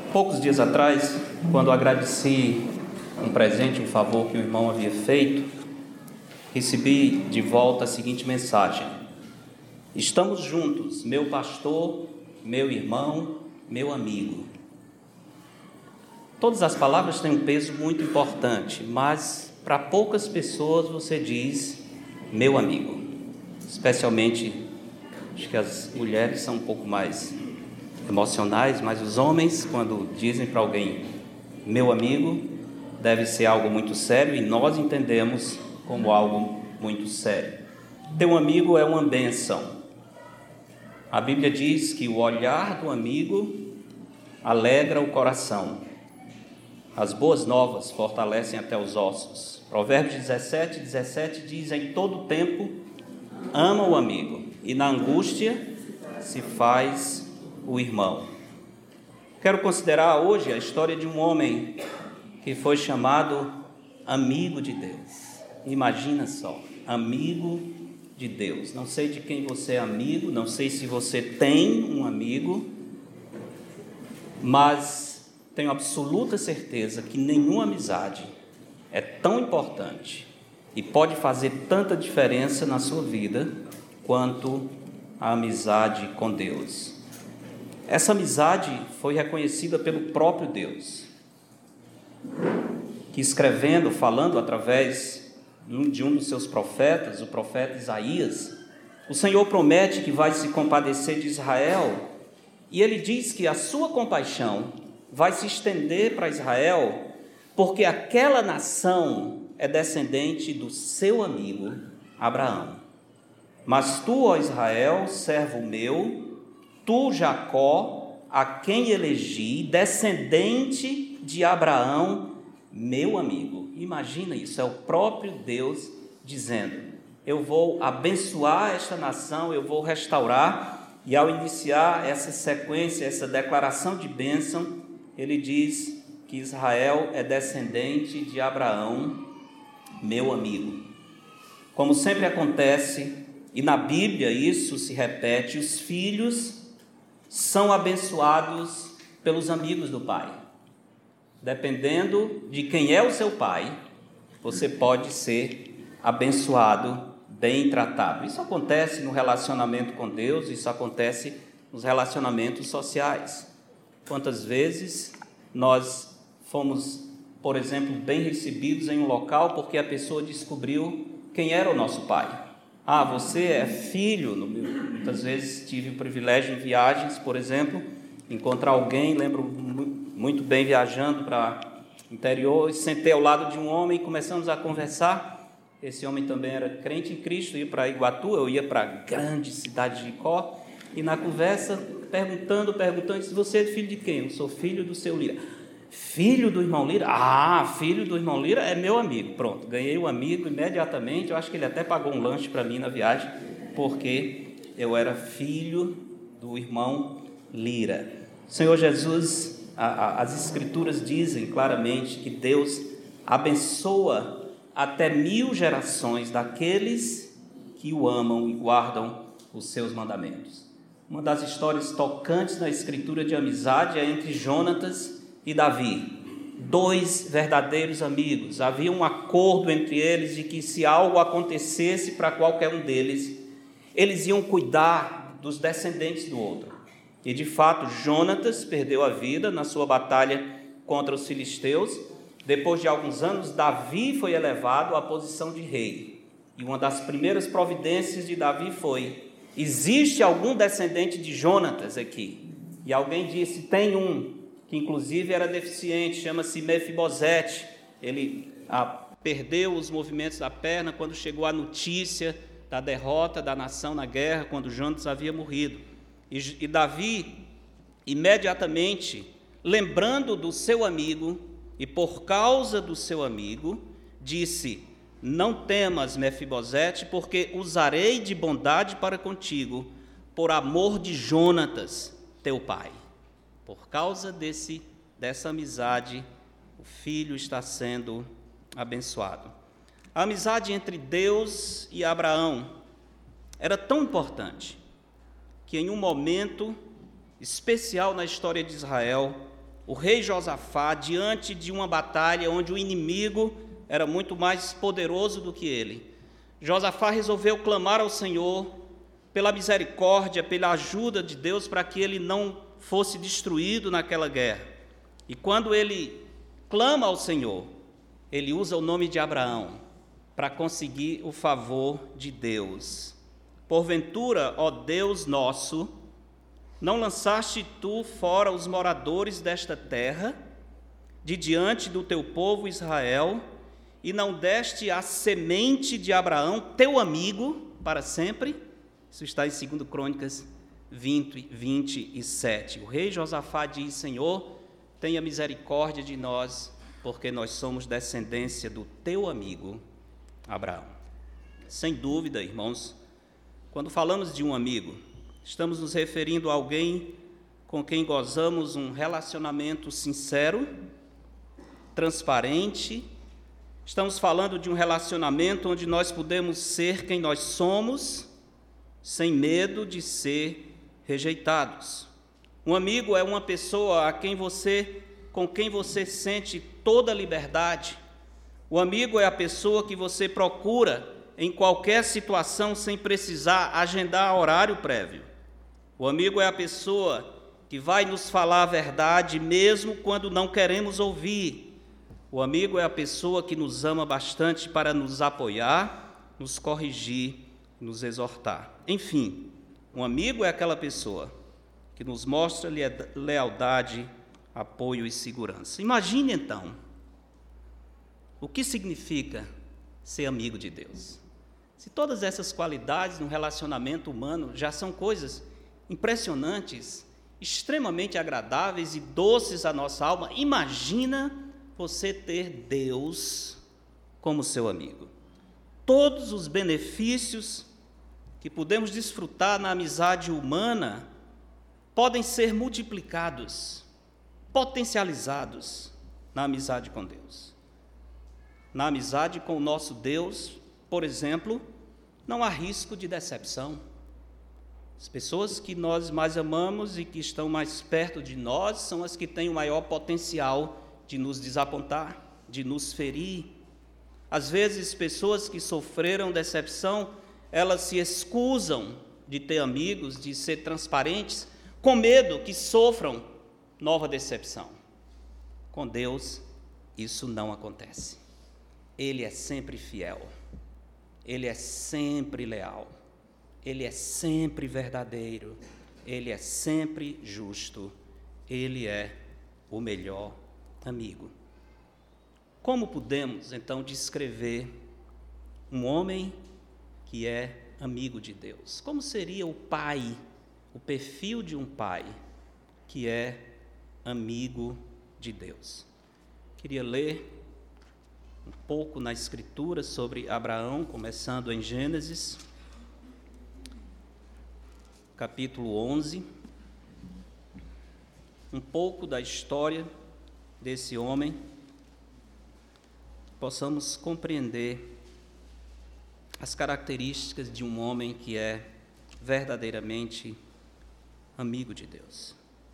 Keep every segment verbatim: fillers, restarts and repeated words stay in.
Poucos dias atrás, quando agradeci um presente, um favor que o irmão havia feito, recebi de volta a seguinte mensagem: estamos juntos, meu pastor, meu irmão, meu amigo. Todas as palavras têm um peso muito importante, mas para poucas pessoas você diz meu amigo. Especialmente, acho que as mulheres são um pouco mais emocionais, mas os homens, quando dizem para alguém meu amigo, deve ser algo muito sério e nós entendemos como algo muito sério. Ter um amigo é uma bênção. A Bíblia diz que o olhar do amigo alegra o coração. As boas novas fortalecem até os ossos. Provérbios dezessete, dezessete diz: em todo tempo ama o amigo, e na angústia se faz o irmão. Quero considerar hoje a história de um homem que foi chamado amigo de Deus. Imagina só, amigo de Deus. Não sei de quem você é amigo, não sei se você tem um amigo, mas tenho absoluta certeza que nenhuma amizade é tão importante e pode fazer tanta diferença na sua vida quanto a amizade com Deus. Essa amizade foi reconhecida pelo próprio Deus, que escrevendo, falando através de um dos seus profetas, o profeta Isaías, o Senhor promete que vai se compadecer de Israel, e ele diz que a sua compaixão vai se estender para Israel, porque aquela nação é descendente do seu amigo Abraão. Mas tu, ó Israel, servo meu, tu, Jacó, a quem elegi, descendente de Abraão, meu amigo. Imagina isso, é o próprio Deus dizendo: eu vou abençoar esta nação, eu vou restaurar. E ao iniciar essa sequência, essa declaração de bênção, ele diz que Israel é descendente de Abraão, meu amigo. Como sempre acontece, e na Bíblia isso se repete, os filhos são abençoados pelos amigos do pai. Dependendo de quem é o seu pai, você pode ser abençoado, bem tratado. Isso acontece no relacionamento com Deus, isso acontece nos relacionamentos sociais. Quantas vezes nós fomos, por exemplo, bem recebidos em um local porque a pessoa descobriu quem era o nosso pai. Ah, você é filho. Muitas vezes tive o privilégio em viagens, por exemplo, encontrar alguém, lembro muito bem viajando para o interior, sentei ao lado de um homem e começamos a conversar. Esse homem também era crente em Cristo, ia para Iguatu, eu ia para a grande cidade de Icó, e na conversa, perguntando, perguntando, disse: você é filho de quem? Eu sou filho do seu Lira. Filho do irmão Lira? Ah, filho do irmão Lira é meu amigo. Pronto, ganhei o amigo imediatamente. Eu acho que ele até pagou um lanche para mim na viagem, porque eu era filho do irmão Lira. Senhor Jesus, a, a, as Escrituras dizem claramente que Deus abençoa até mil gerações daqueles que o amam e guardam os seus mandamentos. Uma das histórias tocantes na Escritura de amizade é entre Jonatas e Davi, dois verdadeiros amigos. Havia um acordo entre eles de que se algo acontecesse para qualquer um deles, eles iam cuidar dos descendentes do outro. E de fato, Jonatas perdeu a vida na sua batalha contra os filisteus. Depois de alguns anos, Davi foi elevado à posição de rei. E uma das primeiras providências de Davi foi: existe algum descendente de Jonatas aqui? E alguém disse: tem um, que inclusive era deficiente, chama-se Mefibosete. Ele ah, perdeu os movimentos da perna quando chegou a notícia da derrota da nação na guerra, quando Jonatas havia morrido. E, e Davi, imediatamente, lembrando do seu amigo, e por causa do seu amigo, disse: não temas, Mefibosete, porque usarei de bondade para contigo, por amor de Jonatas, teu pai. Por causa desse, dessa amizade, o filho está sendo abençoado. A amizade entre Deus e Abraão era tão importante que em um momento especial na história de Israel, o rei Josafá, diante de uma batalha onde o inimigo era muito mais poderoso do que ele, Josafá resolveu clamar ao Senhor pela misericórdia, pela ajuda de Deus, para que ele não fosse destruído naquela guerra. E quando ele clama ao Senhor, ele usa o nome de Abraão para conseguir o favor de Deus. Porventura, ó Deus nosso, não lançaste tu fora os moradores desta terra, de diante do teu povo Israel, e não deste a semente de Abraão, teu amigo, para sempre? Isso está em segunda Crônicas vinte, vinte e sete. O rei Josafá diz: Senhor, tenha misericórdia de nós, porque nós somos descendência do teu amigo Abraão. Sem dúvida, irmãos, quando falamos de um amigo, estamos nos referindo a alguém com quem gozamos um relacionamento sincero, transparente. Estamos falando de um relacionamento onde nós podemos ser quem nós somos, sem medo de ser rejeitados. Um amigo é uma pessoa a quem você, com quem você sente toda a liberdade. O amigo é a pessoa que você procura em qualquer situação sem precisar agendar horário prévio. O amigo é a pessoa que vai nos falar a verdade mesmo quando não queremos ouvir. O amigo é a pessoa que nos ama bastante para nos apoiar, nos corrigir, nos exortar. Enfim, um amigo é aquela pessoa que nos mostra lealdade, apoio e segurança. Imagine, então, o que significa ser amigo de Deus. Se todas essas qualidades no relacionamento humano já são coisas impressionantes, extremamente agradáveis e doces à nossa alma, imagina você ter Deus como seu amigo. Todos os benefícios que podemos desfrutar na amizade humana podem ser multiplicados, potencializados na amizade com Deus. Na amizade com o nosso Deus, por exemplo, não há risco de decepção. As pessoas que nós mais amamos e que estão mais perto de nós são as que têm o maior potencial de nos desapontar, de nos ferir. Às vezes, pessoas que sofreram decepção, elas se excusam de ter amigos, de ser transparentes, com medo que sofram nova decepção. Com Deus, isso não acontece. Ele é sempre fiel, Ele é sempre leal, Ele é sempre verdadeiro, Ele é sempre justo, Ele é o melhor amigo. Como podemos, então, descrever um homem que é amigo de Deus? Como seria o pai, o perfil de um pai que é amigo de Deus? Queria ler um pouco na Escritura sobre Abraão, começando em Gênesis, capítulo onze, um pouco da história desse homem, possamos compreender as características de um homem que é verdadeiramente amigo de Deus.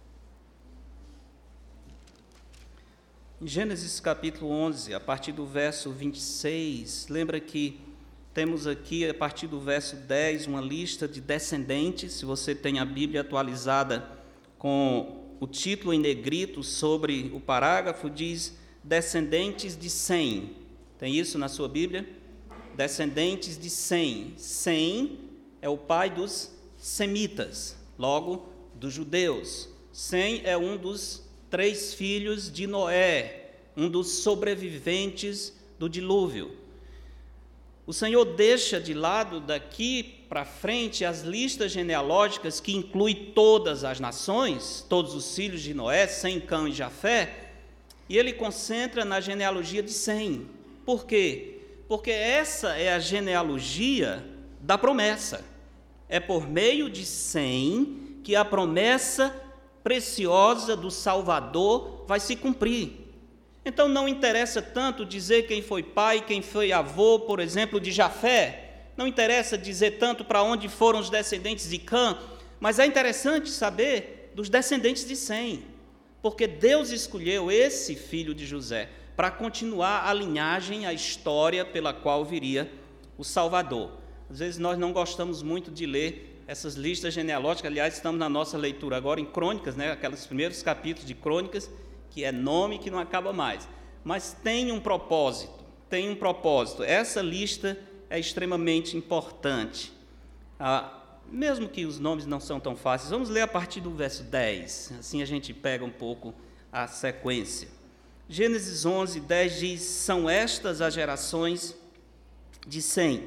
Em Gênesis capítulo onze, a partir do verso vinte e seis, lembra que temos aqui, a partir do verso dez, uma lista de descendentes. Se você tem a Bíblia atualizada com o título em negrito sobre o parágrafo, diz descendentes de Sem. Tem isso na sua Bíblia? Descendentes de Sem. Sem é o pai dos semitas, logo dos judeus. Sem é um dos três filhos de Noé, um dos sobreviventes do dilúvio. O Senhor deixa de lado daqui para frente as listas genealógicas que inclui todas as nações, todos os filhos de Noé, Sem, Cã e Jafé, e ele concentra na genealogia de Sem. Por quê? Porque essa é a genealogia da promessa. É por meio de Sem que a promessa preciosa do Salvador vai se cumprir. Então não interessa tanto dizer quem foi pai, quem foi avô, por exemplo, de Jafé. Não interessa dizer tanto para onde foram os descendentes de Cã, mas é interessante saber dos descendentes de Sem, porque Deus escolheu esse filho de José para continuar a linhagem, a história pela qual viria o Salvador. Às vezes nós não gostamos muito de ler essas listas genealógicas, aliás, estamos na nossa leitura agora em Crônicas, né, aqueles primeiros capítulos de Crônicas, que é nome que não acaba mais, mas tem um propósito, tem um propósito. Essa lista é extremamente importante, ah, mesmo que os nomes não são tão fáceis. Vamos ler a partir do verso dez, assim a gente pega um pouco a sequência. Gênesis onze, dez diz: são estas as gerações de Sem.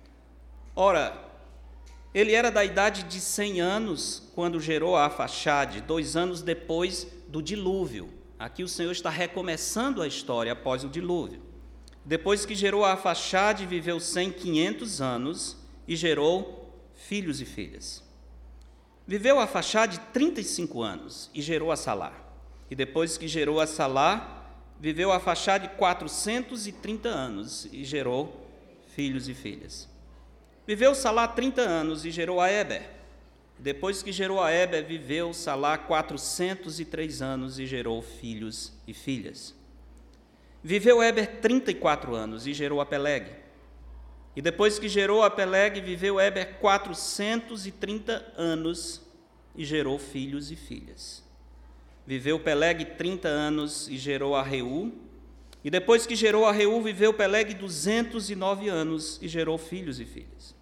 Ora, ele era da idade de cem anos quando gerou a Arfaxade, dois anos depois do dilúvio. Aqui o Senhor está recomeçando a história após o dilúvio. Depois que gerou a Arfaxade, viveu Sem quinhentos anos e gerou filhos e filhas. Viveu a Arfaxade trinta e cinco anos e gerou a Salá. E depois que gerou a Salá, viveu a Arfaxade quatrocentos e trinta anos e gerou filhos e filhas. Viveu Salá trinta anos e gerou a Éber. Depois que gerou a Éber, viveu Salá quatrocentos e três anos e gerou filhos e filhas. Viveu Éber trinta e quatro anos e gerou a Peleg. E depois que gerou a Peleg, viveu Éber quatrocentos e trinta anos e gerou filhos e filhas. Viveu Peleg trinta anos e gerou a Reu. E depois que gerou a Reu, viveu Peleg duzentos e nove anos e gerou filhos e filhas.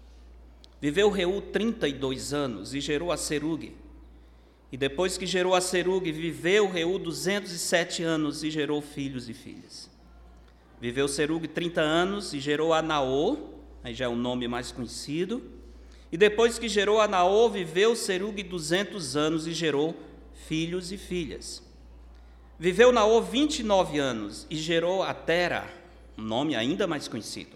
Viveu Reu trinta e dois anos e gerou a Serugue. E depois que gerou a Serugue, viveu Reu duzentos e sete anos e gerou filhos e filhas. Viveu Serugue trinta anos e gerou a Naô, aí já é o nome mais conhecido. E depois que gerou a Naô, viveu Serugue duzentos anos e gerou filhos e filhas. Viveu Naô vinte e nove anos e gerou a Tera, um nome ainda mais conhecido.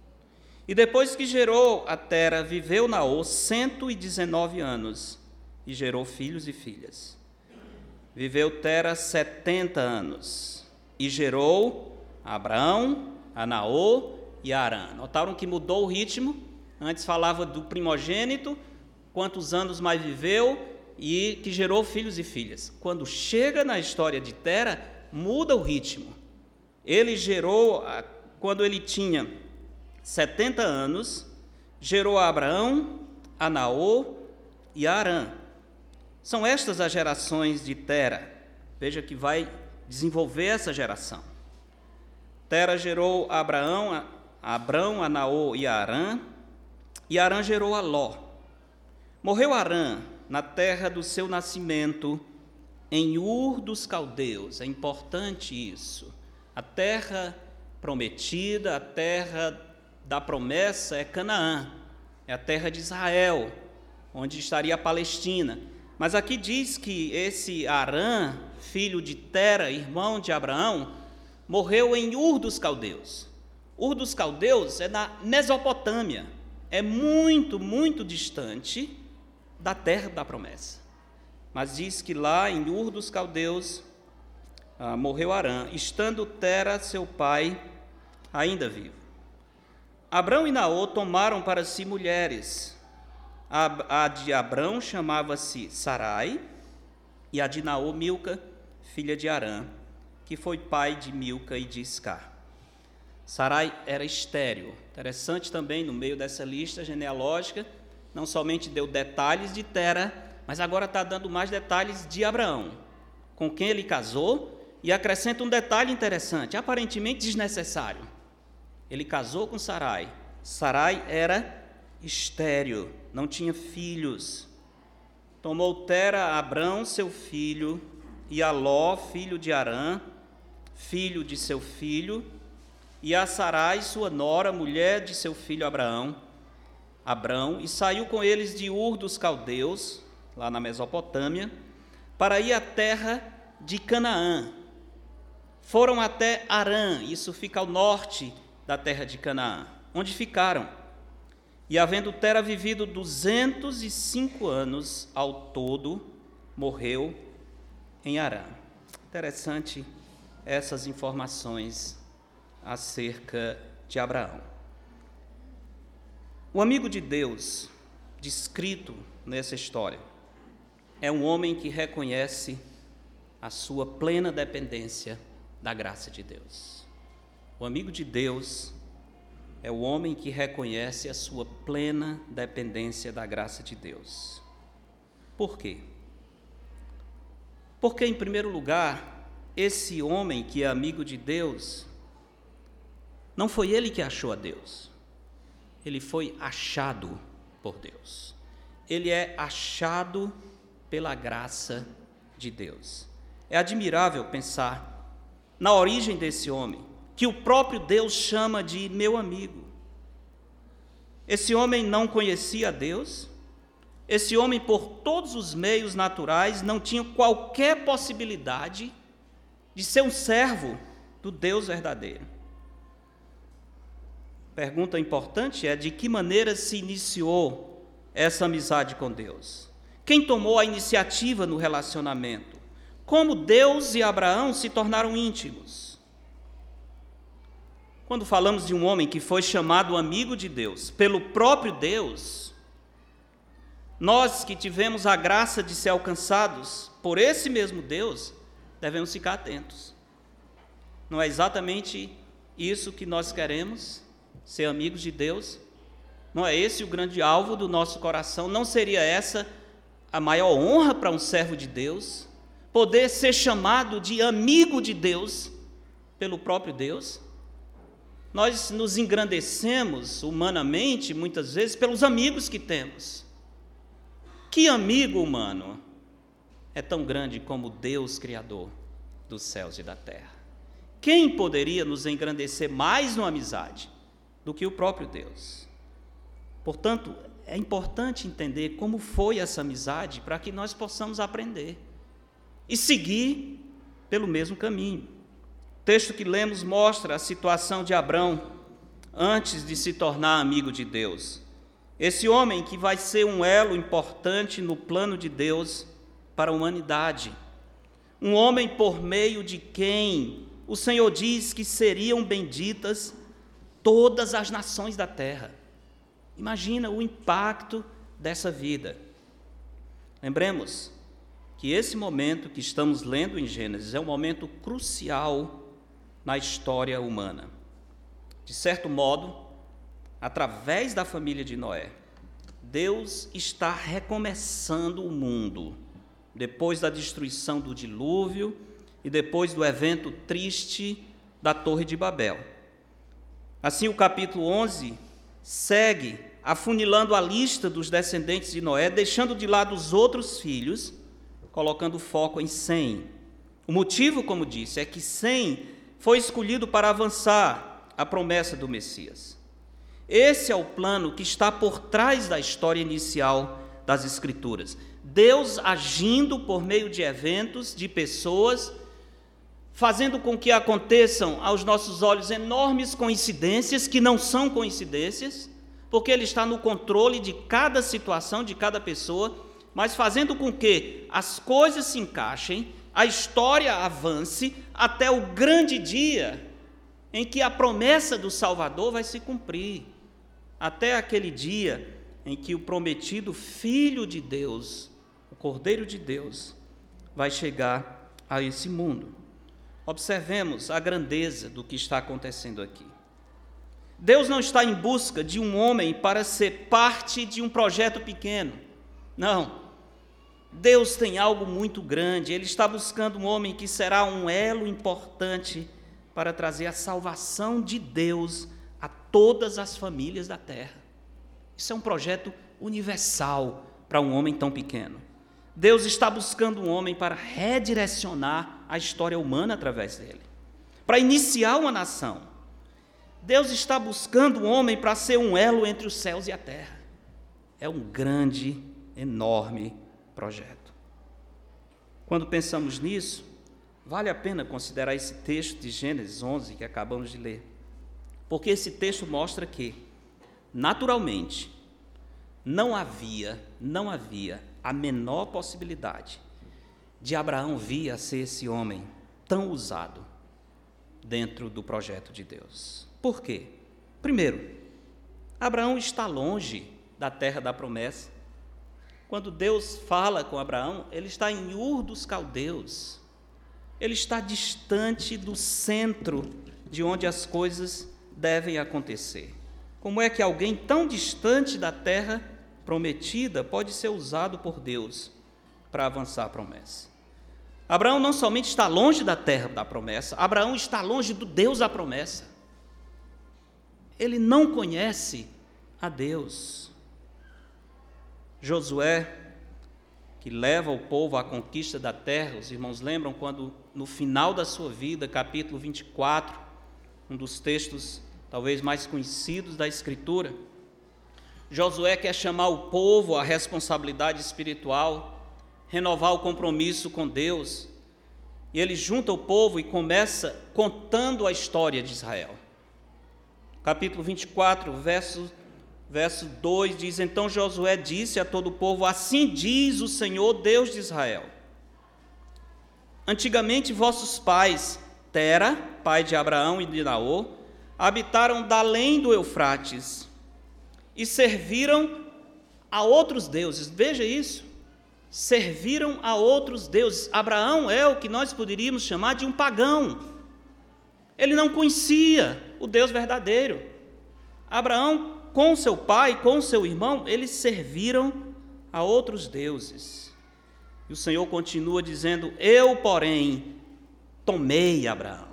E depois que gerou a Tera, viveu Naô cento e dezenove anos e gerou filhos e filhas. Viveu Tera setenta anos e gerou a Abraão, a Naô e a Arã. Notaram que mudou o ritmo? Antes falava do primogênito, quantos anos mais viveu, e que gerou filhos e filhas. Quando chega na história de Tera, muda o ritmo. Ele gerou, quando ele tinha setenta anos, gerou a Abraão, a Naô e a Arã. São estas as gerações de Tera. Veja que vai desenvolver essa geração. Tera gerou a Abraão, a Abrão, a Naô e a Arã, e Arã gerou a Ló. Morreu Arã na terra do seu nascimento, em Ur dos Caldeus. É importante isso. A terra prometida, a terra da promessa é Canaã, é a terra de Israel, onde estaria a Palestina. Mas aqui diz que esse Arã, filho de Tera, irmão de Abraão, morreu em Ur dos Caldeus. Ur dos Caldeus é na Mesopotâmia, é muito, muito distante da terra da promessa. Mas diz que lá em Ur dos Caldeus ah, morreu Arã, estando Tera, seu pai, ainda vivo. Abrão e Naô tomaram para si mulheres. A, a de Abrão chamava-se Sarai, e a de Naô, Milca, filha de Arã, que foi pai de Milca e de Iscar. Sarai era estéril. Interessante também, no meio dessa lista genealógica, não somente deu detalhes de Tera, mas agora está dando mais detalhes de Abraão, com quem ele casou, e acrescenta um detalhe interessante, aparentemente desnecessário. Ele casou com Sarai. Sarai era estéril, não tinha filhos. Tomou Tera Abrão, seu filho, e a Ló, filho de Arã, filho de seu filho, e a Sarai, sua nora, mulher de seu filho Abraão, Abrão, e saiu com eles de Ur dos Caldeus, lá na Mesopotâmia, para ir à terra de Canaã. Foram até Harã, isso fica ao norte da terra de Canaã, onde ficaram. E havendo Tera vivido duzentos e cinco anos ao todo, morreu em Harã. Interessante essas informações acerca de Abraão. O amigo de Deus, descrito nessa história, é um homem que reconhece a sua plena dependência da graça de Deus. O amigo de Deus é o homem que reconhece a sua plena dependência da graça de Deus. Por quê? Porque, em primeiro lugar, esse homem que é amigo de Deus, não foi ele que achou a Deus, ele foi achado por Deus. Ele é achado pela graça de Deus. É admirável pensar na origem desse homem, que o próprio Deus chama de meu amigo. Esse homem não conhecia a Deus, esse homem, por todos os meios naturais, não tinha qualquer possibilidade de ser um servo do Deus verdadeiro. Pergunta importante é: de que maneira se iniciou essa amizade com Deus? Quem tomou a iniciativa no relacionamento? Como Deus e Abraão se tornaram íntimos? Quando falamos de um homem que foi chamado amigo de Deus pelo próprio Deus, nós que tivemos a graça de ser alcançados por esse mesmo Deus, devemos ficar atentos. Não é exatamente isso que nós queremos, ser amigos de Deus? Não é esse o grande alvo do nosso coração? Não seria essa a maior honra para um servo de Deus? Poder ser chamado de amigo de Deus pelo próprio Deus? Nós nos engrandecemos humanamente, muitas vezes, pelos amigos que temos. Que amigo humano é tão grande como Deus, Criador dos céus e da terra? Quem poderia nos engrandecer mais numa amizade do que o próprio Deus? Portanto, é importante entender como foi essa amizade para que nós possamos aprender e seguir pelo mesmo caminho. O texto que lemos mostra a situação de Abrão antes de se tornar amigo de Deus. Esse homem que vai ser um elo importante no plano de Deus para a humanidade. Um homem por meio de quem o Senhor diz que seriam benditas todas as nações da terra. Imagina o impacto dessa vida. Lembremos que esse momento que estamos lendo em Gênesis é um momento crucial na história humana. De certo modo, através da família de Noé, Deus está recomeçando o mundo, depois da destruição do dilúvio e depois do evento triste da Torre de Babel. Assim, o capítulo onze segue afunilando a lista dos descendentes de Noé, deixando de lado os outros filhos, colocando foco em Sem. O motivo, como disse, é que Sem foi escolhido para avançar a promessa do Messias. Esse é o plano que está por trás da história inicial das Escrituras. Deus agindo por meio de eventos, de pessoas, fazendo com que aconteçam aos nossos olhos enormes coincidências, que não são coincidências, porque Ele está no controle de cada situação, de cada pessoa, mas fazendo com que as coisas se encaixem, a história avance até o grande dia em que a promessa do Salvador vai se cumprir. Até aquele dia em que o prometido Filho de Deus, o Cordeiro de Deus, vai chegar a esse mundo. Observemos a grandeza do que está acontecendo aqui. Deus não está em busca de um homem para ser parte de um projeto pequeno. Não. Deus tem algo muito grande. Ele está buscando um homem que será um elo importante para trazer a salvação de Deus a todas as famílias da terra. Isso é um projeto universal para um homem tão pequeno. Deus está buscando um homem para redirecionar a história humana através dele, para iniciar uma nação. Deus está buscando um homem para ser um elo entre os céus e a terra. É um grande, enorme projeto. Quando pensamos nisso, vale a pena considerar esse texto de Gênesis onze que acabamos de ler, porque esse texto mostra que, naturalmente, não havia, não havia a menor possibilidade de Abraão vir a ser esse homem tão usado dentro do projeto de Deus. Por quê? Primeiro, Abraão está longe da terra da promessa. Quando Deus fala com Abraão, ele está em Ur dos Caldeus, Ele está distante do centro de onde as coisas devem acontecer. Como é que alguém tão distante da terra prometida pode ser usado por Deus para avançar a promessa? Abraão não somente está longe da terra da promessa, Abraão está longe do Deus da promessa. Ele não conhece a Deus. Josué, que leva o povo à conquista da terra, os irmãos lembram quando, no final da sua vida, capítulo vinte e quatro, um dos textos talvez mais conhecidos da Escritura, Josué quer chamar o povo à responsabilidade espiritual, renovar o compromisso com Deus, e ele junta o povo e começa contando a história de Israel. Capítulo vinte e quatro, verso, verso dois, diz: Então Josué disse a todo o povo: Assim diz o Senhor, Deus de Israel. Antigamente vossos pais, Tera, pai de Abraão e de Naor, habitaram da além do Eufrates e serviram a outros deuses. Veja isso, serviram a outros deuses. Abraão é o que nós poderíamos chamar de um pagão. Ele não conhecia o Deus verdadeiro. Abraão, com seu pai, com seu irmão, eles serviram a outros deuses. E o Senhor continua dizendo: Eu, porém, tomei Abraão.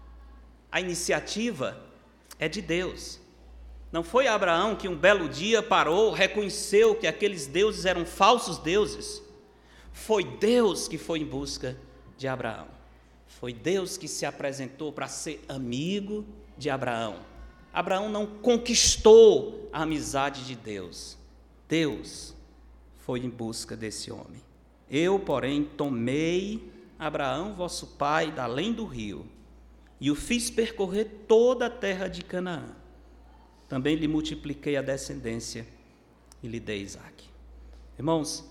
A iniciativa é de Deus. Não foi Abraão que um belo dia parou, reconheceu que aqueles deuses eram falsos deuses. Foi Deus que foi em busca de Abraão. Foi Deus que se apresentou para ser amigo de Abraão. Abraão não conquistou a amizade de Deus. Deus foi em busca desse homem. Eu, porém, tomei Abraão, vosso pai, da além do rio, e o fiz percorrer toda a terra de Canaã. Também lhe multipliquei a descendência e lhe dei Isaque. Irmãos,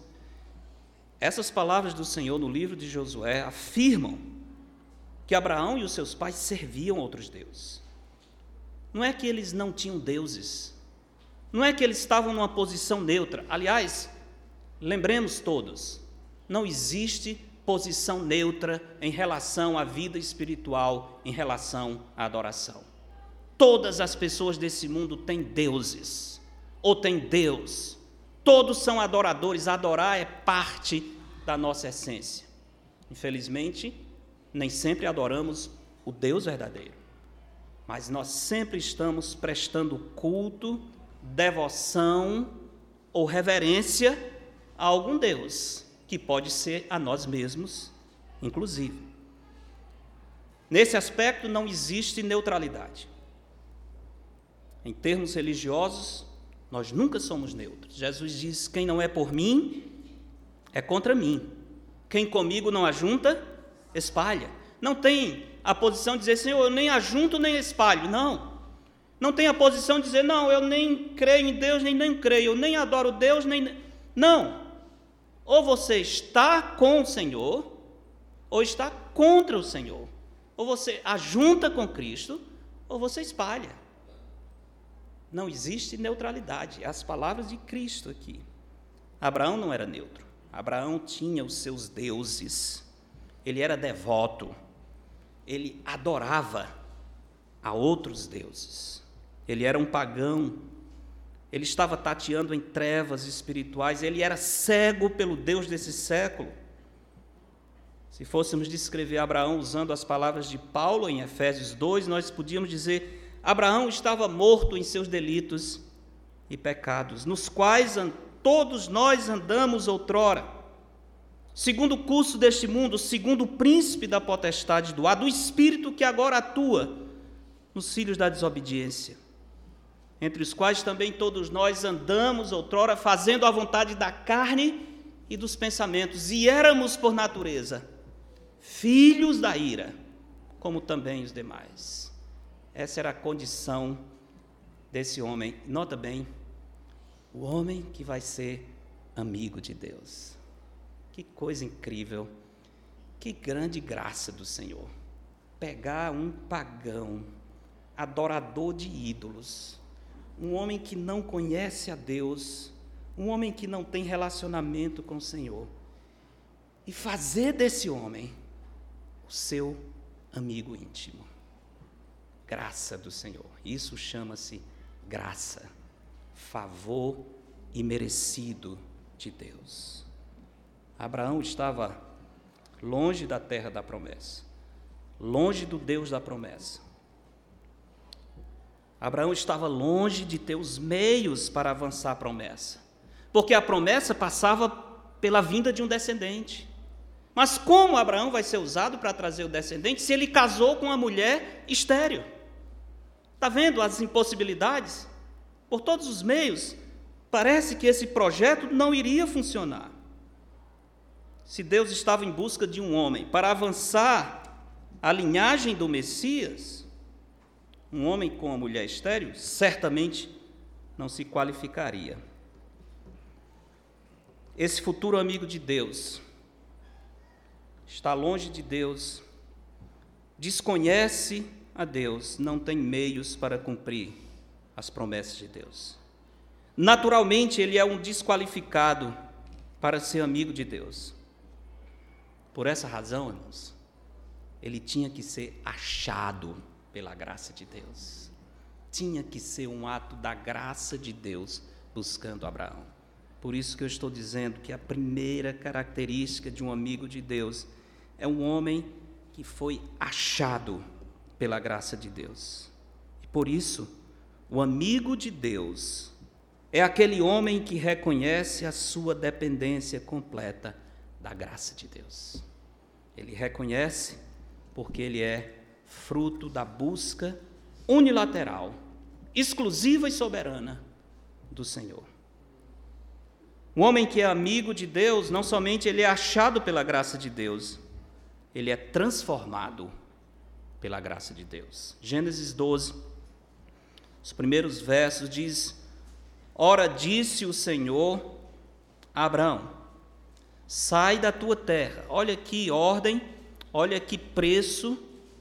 essas palavras do Senhor no livro de Josué afirmam que Abraão e os seus pais serviam outros deuses. Não é que eles não tinham deuses, não é que eles estavam numa posição neutra. Aliás, lembremos todos, não existe posição neutra em relação à vida espiritual, em relação à adoração. Todas as pessoas desse mundo têm deuses, ou têm Deus. Todos são adoradores. Adorar é parte da nossa essência. Infelizmente, nem sempre adoramos o Deus verdadeiro, mas nós sempre estamos prestando culto, devoção ou reverência a algum Deus, que pode ser a nós mesmos, inclusive. Nesse aspecto não existe neutralidade. Em termos religiosos, nós nunca somos neutros. Jesus diz: quem não é por mim, é contra mim. Quem comigo não ajunta, espalha. Não tem a posição de dizer: Senhor, eu nem ajunto nem espalho. Não. Não tem a posição de dizer: não, eu nem creio em Deus, nem nem creio, eu nem adoro Deus, nem... Não. Ou você está com o Senhor, ou está contra o Senhor. Ou você ajunta com Cristo, ou você espalha. Não existe neutralidade. As palavras de Cristo aqui. Abraão não era neutro. Abraão tinha os seus deuses. Ele era devoto. Ele adorava a outros deuses. Ele era um pagão. Ele estava tateando em trevas espirituais. Ele era cego pelo Deus desse século. Se fôssemos descrever Abraão usando as palavras de Paulo em Efésios dois, nós podíamos dizer: Abraão estava morto em seus delitos e pecados, nos quais todos nós andamos outrora, segundo o curso deste mundo, segundo o príncipe da potestade do ar, do espírito que agora atua nos filhos da desobediência, entre os quais também todos nós andamos outrora, fazendo a vontade da carne e dos pensamentos, e éramos por natureza filhos da ira, como também os demais. Essa era a condição desse homem. Nota bem, o homem que vai ser amigo de Deus. Que coisa incrível, que grande graça do Senhor. Pegar um pagão, adorador de ídolos, um homem que não conhece a Deus, um homem que não tem relacionamento com o Senhor, e fazer desse homem o seu amigo íntimo. Graça do Senhor. Isso chama-se graça, favor imerecido de Deus. Abraão estava longe da terra da promessa, longe do Deus da promessa. Abraão estava longe de ter os meios para avançar a promessa, porque a promessa passava pela vinda de um descendente. Mas como Abraão vai ser usado para trazer o descendente se ele casou com uma mulher estéril? Está vendo as impossibilidades? Por todos os meios, parece que esse projeto não iria funcionar. Se Deus estava em busca de um homem para avançar a linhagem do Messias, um homem com uma mulher estéril certamente não se qualificaria. Esse futuro amigo de Deus está longe de Deus, desconhece a Deus, não tem meios para cumprir as promessas de Deus. Naturalmente, ele é um desqualificado para ser amigo de Deus. Por essa razão, irmãos, ele tinha que ser achado pela graça de Deus. Tinha que ser um ato da graça de Deus buscando Abraão. Por isso que eu estou dizendo que a primeira característica de um amigo de Deus é um homem que foi achado pela graça de Deus. E por isso, o amigo de Deus é aquele homem que reconhece a sua dependência completa da graça de Deus. Ele reconhece porque ele é fruto da busca unilateral, exclusiva e soberana do Senhor. Um homem que é amigo de Deus, não somente ele é achado pela graça de Deus, ele é transformado pela graça de Deus. Gênesis doze, os primeiros versos diz: Ora disse o Senhor a Abraão, sai da tua terra. Olha que ordem, olha que preço,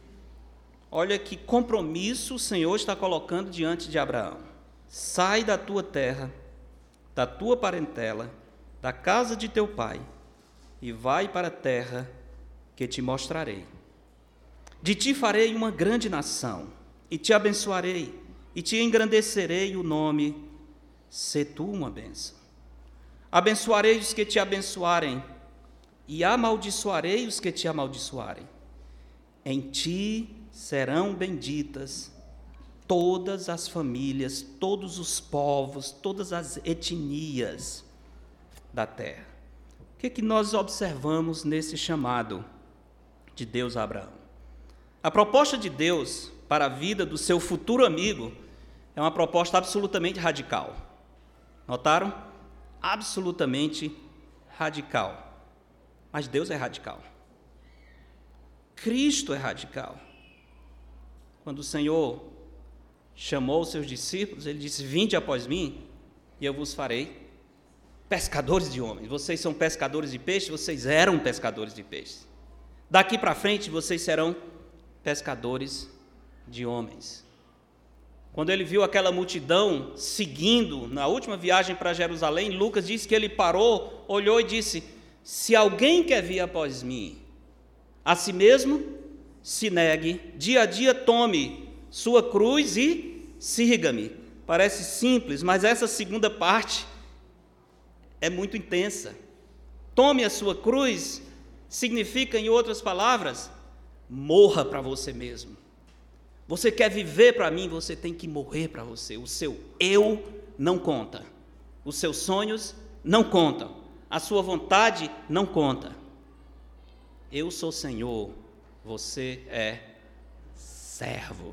olha que compromisso o Senhor está colocando diante de Abraão. Sai da tua terra, da tua parentela, da casa de teu pai, e vai para a terra que te mostrarei. De ti farei uma grande nação, e te abençoarei, e te engrandecerei o nome, sê tu uma bênção. Abençoarei os que te abençoarem, e amaldiçoarei os que te amaldiçoarem. Em ti serão benditas todas as famílias, todos os povos, todas as etnias da terra. O que é que nós observamos nesse chamado de Deus a Abraão? A proposta de Deus para a vida do seu futuro amigo é uma proposta absolutamente radical. Notaram? Absolutamente radical. Mas Deus é radical. Cristo é radical. Quando o Senhor chamou os seus discípulos, ele disse: vinde após mim, e eu vos farei pescadores de homens. Vocês são pescadores de peixes, vocês eram pescadores de peixes. Daqui para frente, vocês serão pescadores de homens. Quando ele viu aquela multidão seguindo, na última viagem para Jerusalém, Lucas diz que ele parou, olhou e disse: se alguém quer vir após mim, a si mesmo se negue, dia a dia tome sua cruz e siga-me. Parece simples, mas essa segunda parte é muito intensa. Tome a sua cruz significa, em outras palavras, morra para você mesmo. Você quer viver para mim, você tem que morrer para você. O seu eu não conta. Os seus sonhos não contam. A sua vontade não conta. Eu sou Senhor, você é servo.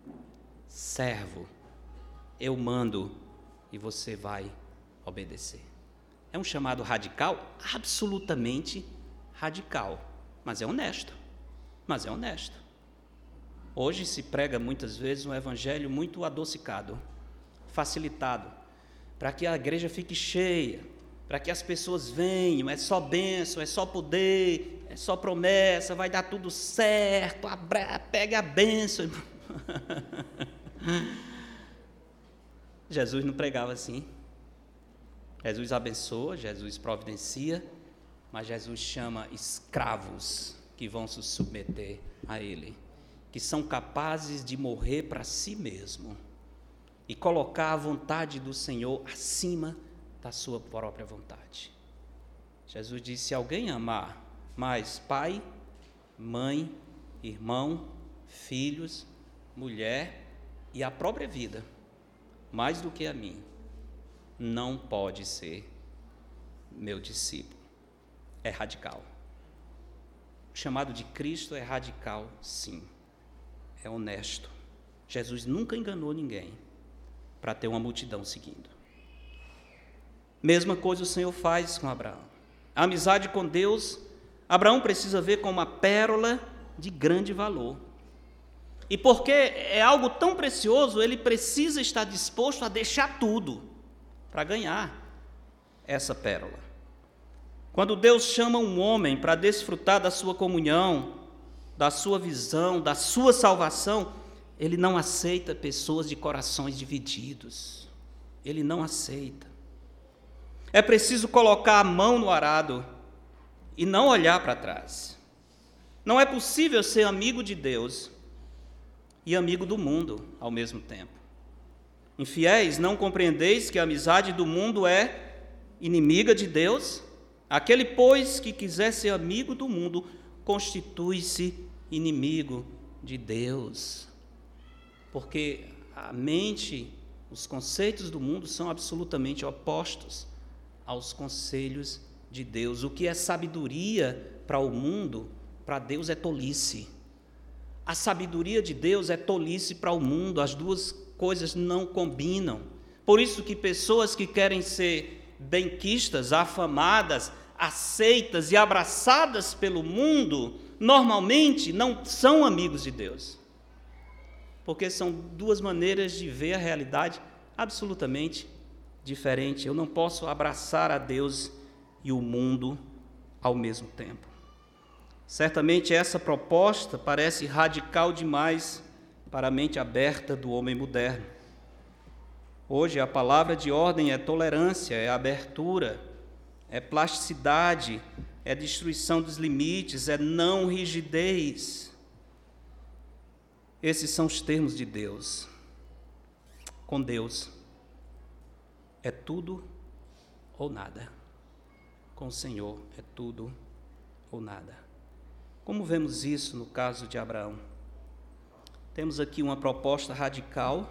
Servo. Eu mando e você vai obedecer. É um chamado radical? Absolutamente radical. Mas é honesto. Mas é honesto. Hoje se prega muitas vezes um evangelho muito adocicado, facilitado, para que a igreja fique cheia, para que as pessoas venham, é só bênção, é só poder, é só promessa, vai dar tudo certo, abra, pega a bênção. Jesus não pregava assim. Jesus abençoa, Jesus providencia, mas Jesus chama escravos que que vão se submeter a Ele, que são capazes de morrer para si mesmo e colocar a vontade do Senhor acima da sua própria vontade. Jesus disse: se alguém amar mais pai, mãe, irmão, filhos, mulher e a própria vida, mais do que a mim, não pode ser meu discípulo. É radical. O chamado de Cristo é radical, sim. É honesto. Jesus nunca enganou ninguém para ter uma multidão seguindo. Mesma coisa o Senhor faz com Abraão. A amizade com Deus, Abraão precisa ver como uma pérola de grande valor. E porque é algo tão precioso, ele precisa estar disposto a deixar tudo para ganhar essa pérola. Quando Deus chama um homem para desfrutar da sua comunhão, da sua visão, da sua salvação, Ele não aceita pessoas de corações divididos. Ele não aceita. É preciso colocar a mão no arado e não olhar para trás. Não é possível ser amigo de Deus e amigo do mundo ao mesmo tempo. Infiéis, não compreendeis que a amizade do mundo é inimiga de Deus? Aquele, pois, que quiser ser amigo do mundo, constitui-se inimigo de Deus. Porque a mente, os conceitos do mundo são absolutamente opostos aos conselhos de Deus. O que é sabedoria para o mundo, para Deus é tolice. A sabedoria de Deus é tolice para o mundo, as duas coisas não combinam. Por isso que pessoas que querem ser benquistas, afamadas, aceitas e abraçadas pelo mundo, normalmente não são amigos de Deus. Porque são duas maneiras de ver a realidade absolutamente diferentes. Eu não posso abraçar a Deus e o mundo ao mesmo tempo. Certamente essa proposta parece radical demais para a mente aberta do homem moderno. Hoje a palavra de ordem é tolerância, é abertura, é plasticidade, é destruição dos limites, é não rigidez. Esses são os termos de Deus. Com Deus é tudo ou nada. Com o Senhor é tudo ou nada. Como vemos isso no caso de Abraão? Temos aqui uma proposta radical,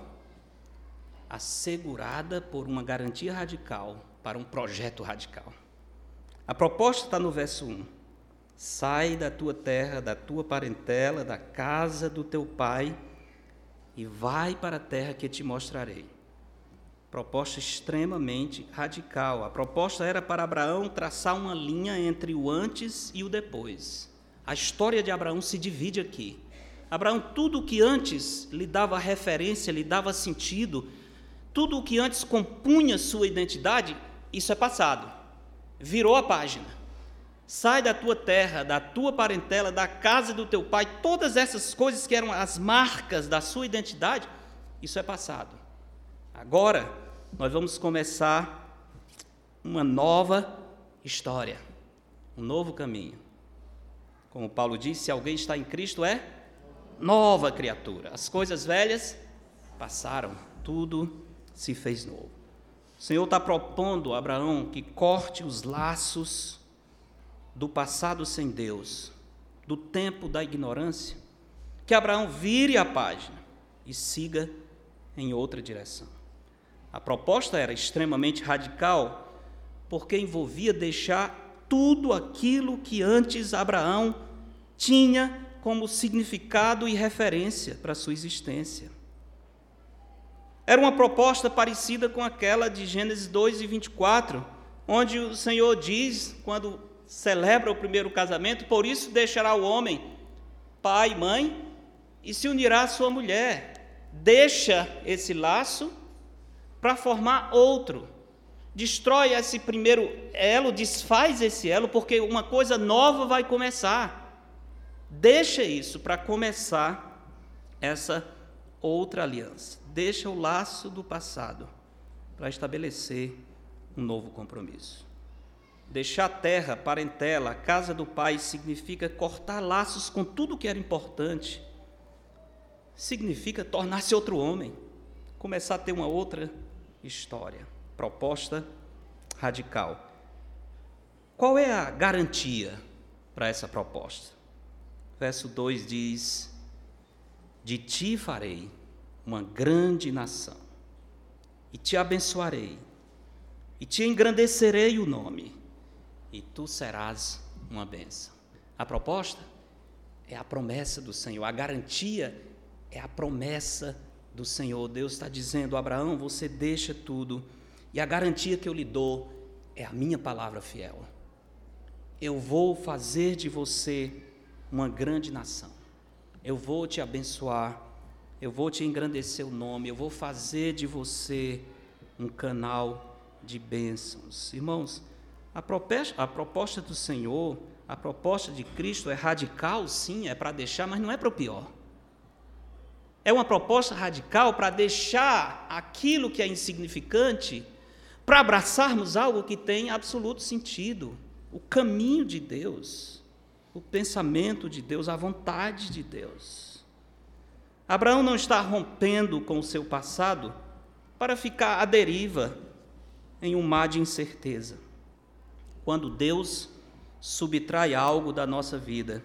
assegurada por uma garantia radical para um projeto radical. A proposta está no verso um. Sai da tua terra, da tua parentela, da casa do teu pai e vai para a terra que te mostrarei. Proposta extremamente radical. A proposta era para Abraão traçar uma linha entre o antes e o depois. A história de Abraão se divide aqui. Abraão, tudo o que antes lhe dava referência, lhe dava sentido, tudo o que antes compunha sua identidade, isso é passado. Virou a página. Sai da tua terra, da tua parentela, da casa do teu pai, todas essas coisas que eram as marcas da sua identidade, isso é passado. Agora, nós vamos começar uma nova história, um novo caminho. Como Paulo disse, se alguém está em Cristo é nova criatura. As coisas velhas passaram, tudo se fez novo. O Senhor está propondo a Abraão que corte os laços do passado sem Deus, do tempo da ignorância, que Abraão vire a página e siga em outra direção. A proposta era extremamente radical, porque envolvia deixar tudo aquilo que antes Abraão tinha como significado e referência para a sua existência. Era uma proposta parecida com aquela de Gênesis dois e vinte e quatro, onde o Senhor diz, quando celebra o primeiro casamento, por isso deixará o homem pai e mãe e se unirá à sua mulher. Deixa esse laço para formar outro. Destrói esse primeiro elo, desfaz esse elo, porque uma coisa nova vai começar. Deixa isso para começar essa outra aliança. Deixa o laço do passado para estabelecer um novo compromisso. Deixar terra, parentela, a casa do pai, significa cortar laços com tudo que era importante. Significa tornar-se outro homem, começar a ter uma outra história. Proposta radical. Qual é a garantia para essa proposta? Verso dois diz: de ti farei uma grande nação, e te abençoarei, e te engrandecerei o nome, e tu serás uma bênção. A proposta é a promessa do Senhor, a garantia é a promessa do Senhor. Deus está dizendo: Abraão, você deixa tudo, e a garantia que eu lhe dou é a minha palavra fiel. Eu vou fazer de você uma grande nação, eu vou te abençoar, eu vou te engrandecer o nome, eu vou fazer de você um canal de bênçãos. Irmãos, a proposta, a proposta do Senhor, a proposta de Cristo é radical, sim, é para deixar, mas não é para o pior. É uma proposta radical para deixar aquilo que é insignificante, para abraçarmos algo que tem absoluto sentido, o caminho de Deus, o pensamento de Deus, a vontade de Deus. Abraão não está rompendo com o seu passado para ficar à deriva em um mar de incerteza. Quando Deus subtrai algo da nossa vida,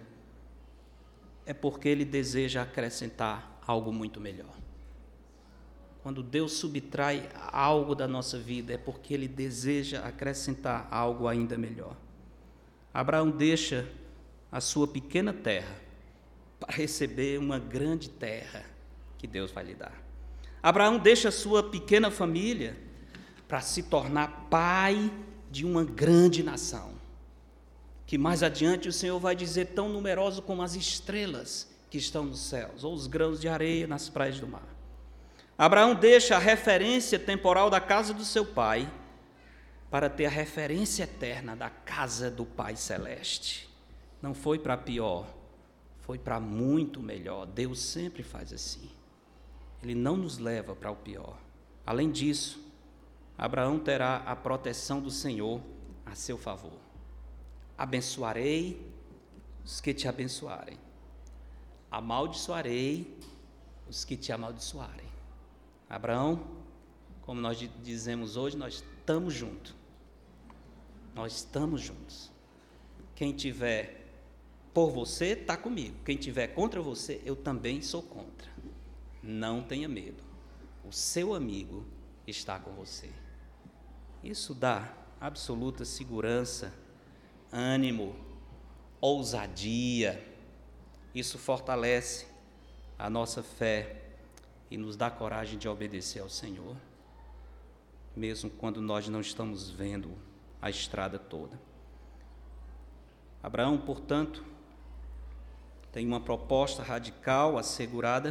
é porque Ele deseja acrescentar algo muito melhor. Quando Deus subtrai algo da nossa vida, é porque Ele deseja acrescentar algo ainda melhor. Abraão deixa a sua pequena terra para receber uma grande terra que Deus vai lhe dar. Abraão deixa a sua pequena família para se tornar pai de uma grande nação, que mais adiante o Senhor vai dizer tão numeroso como as estrelas que estão nos céus, ou os grãos de areia nas praias do mar. Abraão deixa a referência temporal da casa do seu pai para ter a referência eterna da casa do Pai Celeste. Não foi para pior, foi para muito melhor. Deus sempre faz assim. Ele não nos leva para o pior. Além disso, Abraão terá a proteção do Senhor a seu favor. Abençoarei os que te abençoarem. Amaldiçoarei os que te amaldiçoarem. Abraão, como nós dizemos hoje, nós estamos juntos. Nós estamos juntos. Quem tiver por você, está comigo. Quem tiver contra você, eu também sou contra. Não tenha medo. O seu amigo está com você. Isso dá absoluta segurança, ânimo, ousadia. Isso fortalece a nossa fé e nos dá coragem de obedecer ao Senhor, mesmo quando nós não estamos vendo a estrada toda. Abraão, portanto, tem uma proposta radical assegurada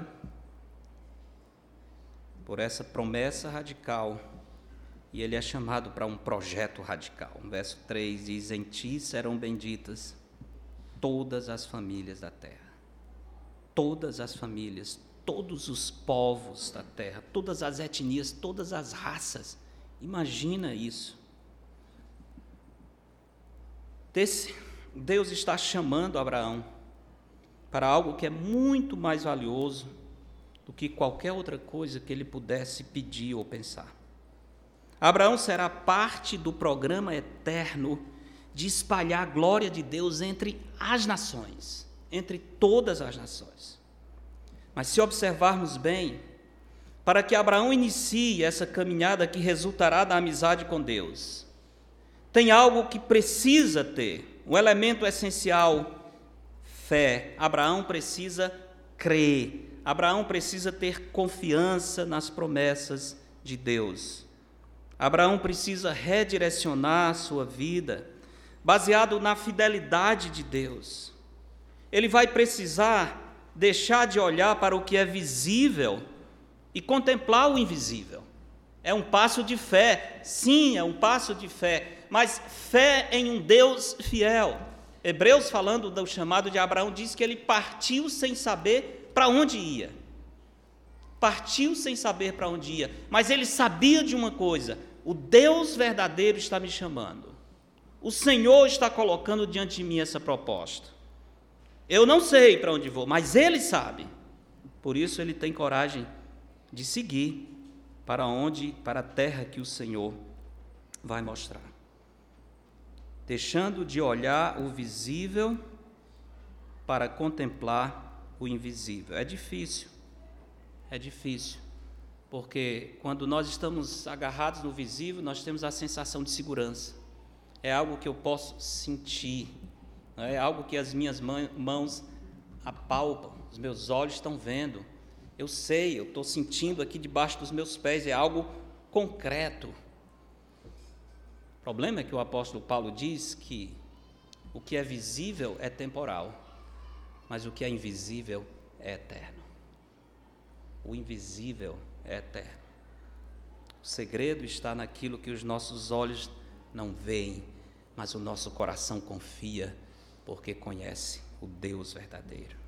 por essa promessa radical, e ele é chamado para um projeto radical. O verso três diz: em ti serão benditas todas as famílias da terra. Todas as famílias, todos os povos da terra, todas as etnias, todas as raças. Imagina isso. Desse, Deus está chamando Abraão para algo que é muito mais valioso do que qualquer outra coisa que ele pudesse pedir ou pensar. Abraão será parte do programa eterno de espalhar a glória de Deus entre as nações, entre todas as nações. Mas se observarmos bem, para que Abraão inicie essa caminhada que resultará da amizade com Deus, tem algo que precisa ter, um elemento essencial: fé. Abraão precisa crer, Abraão precisa ter confiança nas promessas de Deus. Abraão precisa redirecionar a sua vida, baseado na fidelidade de Deus. Ele vai precisar deixar de olhar para o que é visível e contemplar o invisível. É um passo de fé, sim, é um passo de fé, mas fé em um Deus fiel. Hebreus, falando do chamado de Abraão, diz que ele partiu sem saber para onde ia. Partiu sem saber para onde ia, mas ele sabia de uma coisa: o Deus verdadeiro está me chamando. O Senhor está colocando diante de mim essa proposta. Eu não sei para onde vou, mas Ele sabe. Por isso Ele tem coragem de seguir para onde, para a terra que o Senhor vai mostrar. Deixando de olhar o visível para contemplar o invisível. É difícil, é difícil, porque quando nós estamos agarrados no visível, nós temos a sensação de segurança. É algo que eu posso sentir, é algo que as minhas mãos apalpam, os meus olhos estão vendo. Eu sei, eu estou sentindo aqui debaixo dos meus pés, é algo concreto. O problema é que o apóstolo Paulo diz que o que é visível é temporal, mas o que é invisível é eterno. O invisível é eterno. O segredo está naquilo que os nossos olhos não veem, mas o nosso coração confia, porque conhece o Deus verdadeiro.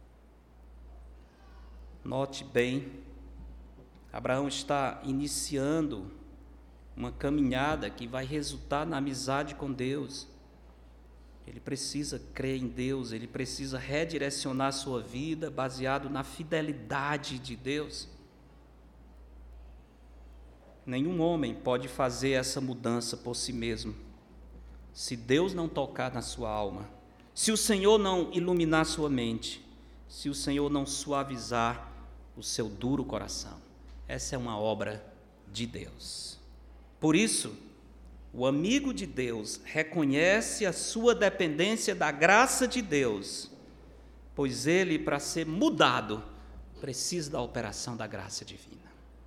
Note bem, Abraão está iniciando uma caminhada que vai resultar na amizade com Deus. Ele precisa crer em Deus, ele precisa redirecionar a sua vida baseado na fidelidade de Deus. Nenhum homem pode fazer essa mudança por si mesmo, se Deus não tocar na sua alma, se o Senhor não iluminar sua mente, se o Senhor não suavizar o seu duro coração. Essa é uma obra de Deus. Por isso, o amigo de Deus reconhece a sua dependência da graça de Deus, pois ele, para ser mudado, precisa da operação da graça divina.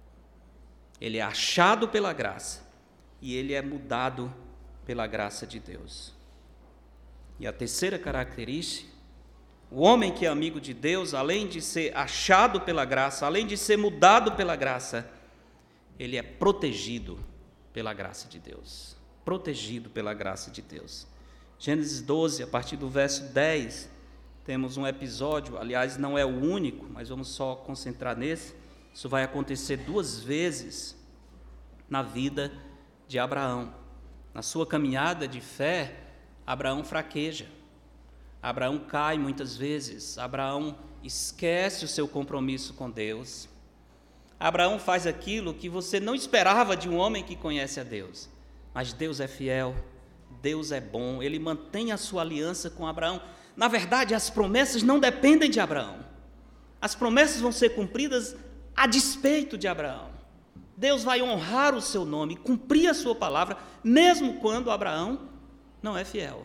Ele é achado pela graça e ele é mudado pela graça de Deus. E a terceira característica, o homem que é amigo de Deus, além de ser achado pela graça, além de ser mudado pela graça, ele é protegido pela graça de Deus. Protegido pela graça de Deus. Gênesis doze, a partir do verso dez, temos um episódio, aliás, não é o único, mas vamos só concentrar nesse. Isso vai acontecer duas vezes na vida de Abraão. Na sua caminhada de fé, Abraão fraqueja. Abraão cai muitas vezes, Abraão esquece o seu compromisso com Deus. Abraão faz aquilo que você não esperava de um homem que conhece a Deus. Mas Deus é fiel, Deus é bom, Ele mantém a sua aliança com Abraão. Na verdade, as promessas não dependem de Abraão. As promessas vão ser cumpridas a despeito de Abraão. Deus vai honrar o seu nome, cumprir a sua palavra, mesmo quando Abraão não é fiel.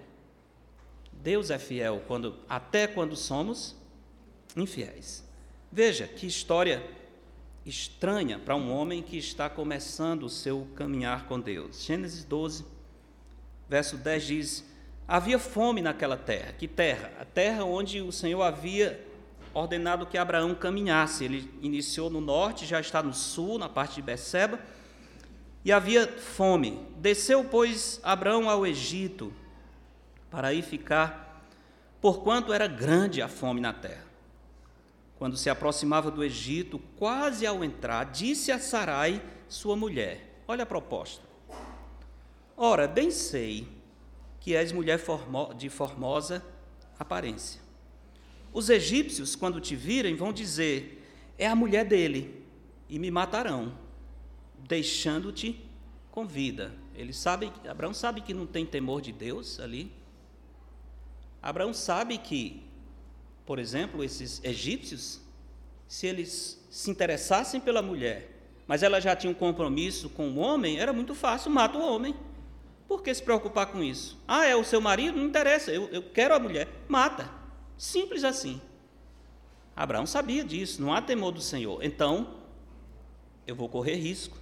Deus é fiel quando, até quando somos infiéis. Veja que história estranha para um homem que está começando o seu caminhar com Deus. Gênesis doze, verso dez diz: havia fome naquela terra. Que terra? A terra onde o Senhor havia ordenado que Abraão caminhasse. Ele iniciou no norte, já está no sul, na parte de Beceba, e havia fome. Desceu, pois, Abraão ao Egito, para aí ficar, porquanto era grande a fome na terra. Quando se aproximava do Egito, quase ao entrar, disse a Sarai, sua mulher, olha a proposta: ora, bem sei que és mulher formo- de formosa aparência. Os egípcios, quando te virem, vão dizer: é a mulher dele, e me matarão, deixando-te com vida. Ele sabe, Abraão sabe que não tem temor de Deus ali. Abraão sabe que, por exemplo, esses egípcios, se eles se interessassem pela mulher, mas ela já tinha um compromisso com o homem, era muito fácil, mata o homem. Por que se preocupar com isso? Ah, é o seu marido? Não interessa, eu, eu quero a mulher, mata. Simples assim. Abraão sabia disso, não há temor do Senhor. Então, eu vou correr risco.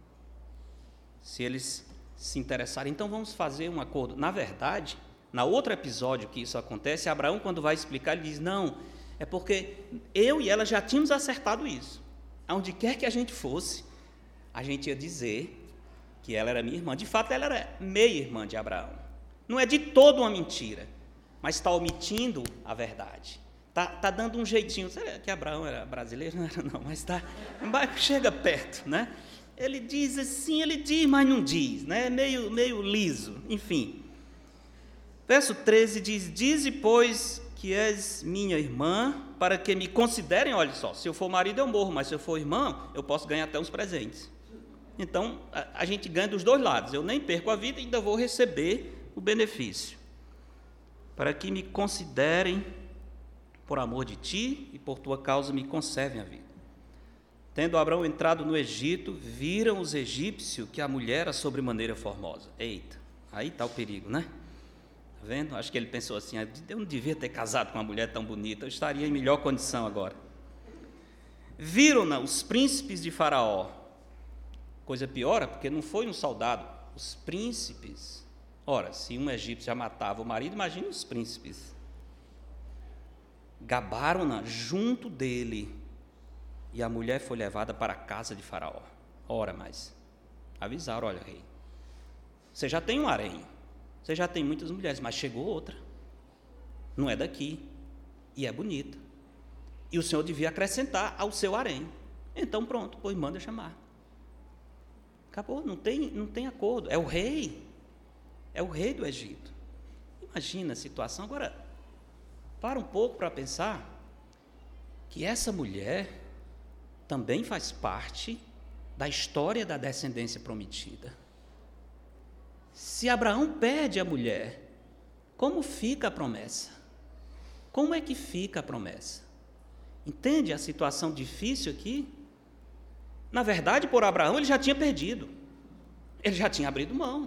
Se eles se interessarem, então vamos fazer um acordo. Na verdade, na outro episódio que isso acontece, Abraão, quando vai explicar, ele diz: não, é porque eu e ela já tínhamos acertado isso. Aonde quer que a gente fosse, a gente ia dizer que ela era minha irmã. De fato, ela era meia-irmã de Abraão. Não é de todo uma mentira, mas está omitindo a verdade. Está tá dando um jeitinho. Será que Abraão era brasileiro? Não era, não, mas tá, chega perto, né? Ele diz assim, ele diz, mas não diz, né? Meio, meio liso, enfim. Verso treze diz: dize, pois, que és minha irmã, para que me considerem. Olha só, se eu for marido eu morro, mas se eu for irmã, eu posso ganhar até uns presentes. Então, a, a gente ganha dos dois lados. Eu nem perco a vida e ainda vou receber o benefício. Para que me considerem, por amor de ti e por tua causa me conservem a vida. Tendo Abraão entrado no Egito, viram os egípcios que a mulher era sobremaneira formosa. Eita, aí está o perigo, né? Está vendo? Acho que ele pensou assim: eu não devia ter casado com uma mulher tão bonita, eu estaria em melhor condição agora. Viram-na os príncipes de Faraó. Coisa pior, porque não foi um soldado, os príncipes. Ora, se um egípcio já matava o marido, imagine os príncipes. Gabaram-na junto dele, e a mulher foi levada para a casa de Faraó. Ora, mas avisaram: olha, rei, você já tem um harém, você já tem muitas mulheres, mas chegou outra, não é daqui, e é bonita, e o senhor devia acrescentar ao seu harém. Então pronto, pois manda chamar. Acabou, não tem, não tem acordo, é o rei, é o rei do Egito. Imagina a situação. Agora, para um pouco para pensar que essa mulher também faz parte da história da descendência prometida. Se Abraão perde a mulher, como fica a promessa? Como é que fica a promessa? Entende a situação difícil aqui? Na verdade, por Abraão, ele já tinha perdido. Ele já tinha abrido mão.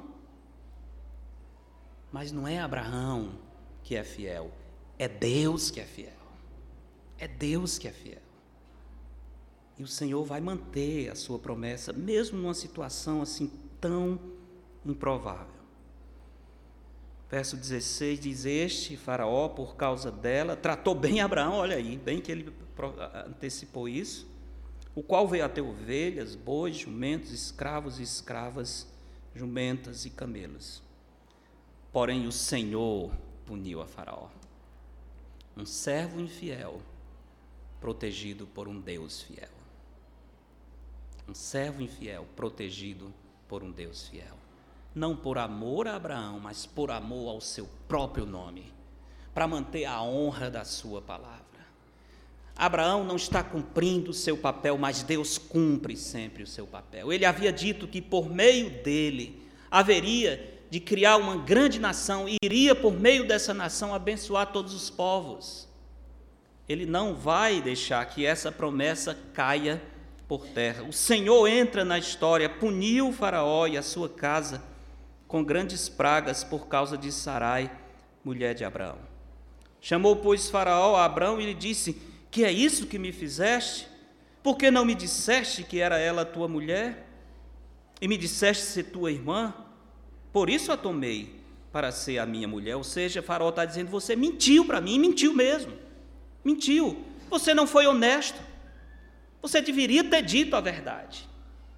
Mas não é Abraão que é fiel, é Deus que é fiel. É Deus que é fiel. E o Senhor vai manter a sua promessa, mesmo numa situação assim tão improvável. Verso dezesseis diz: este Faraó, por causa dela, tratou bem Abraão, olha aí, bem que ele antecipou isso, o qual veio a ter ovelhas, bois, jumentos, escravos e escravas, jumentas e camelos. Porém o Senhor puniu a Faraó, um servo infiel, protegido por um Deus fiel. Um servo infiel, protegido por um Deus fiel. Não por amor a Abraão, mas por amor ao seu próprio nome, para manter a honra da sua palavra. Abraão não está cumprindo o seu papel, mas Deus cumpre sempre o seu papel. Ele havia dito que por meio dele haveria de criar uma grande nação e iria por meio dessa nação abençoar todos os povos. Ele não vai deixar que essa promessa caia por terra. O Senhor entra na história, puniu o Faraó e a sua casa com grandes pragas por causa de Sarai, mulher de Abraão. Chamou, pois, Faraó a Abraão e lhe disse: que é isso que me fizeste? Por que não me disseste que era ela a tua mulher? E me disseste ser tua irmã? Por isso a tomei para ser a minha mulher. Ou seja, Faraó está dizendo: você mentiu para mim, mentiu mesmo. Mentiu, você não foi honesto, você deveria ter dito a verdade.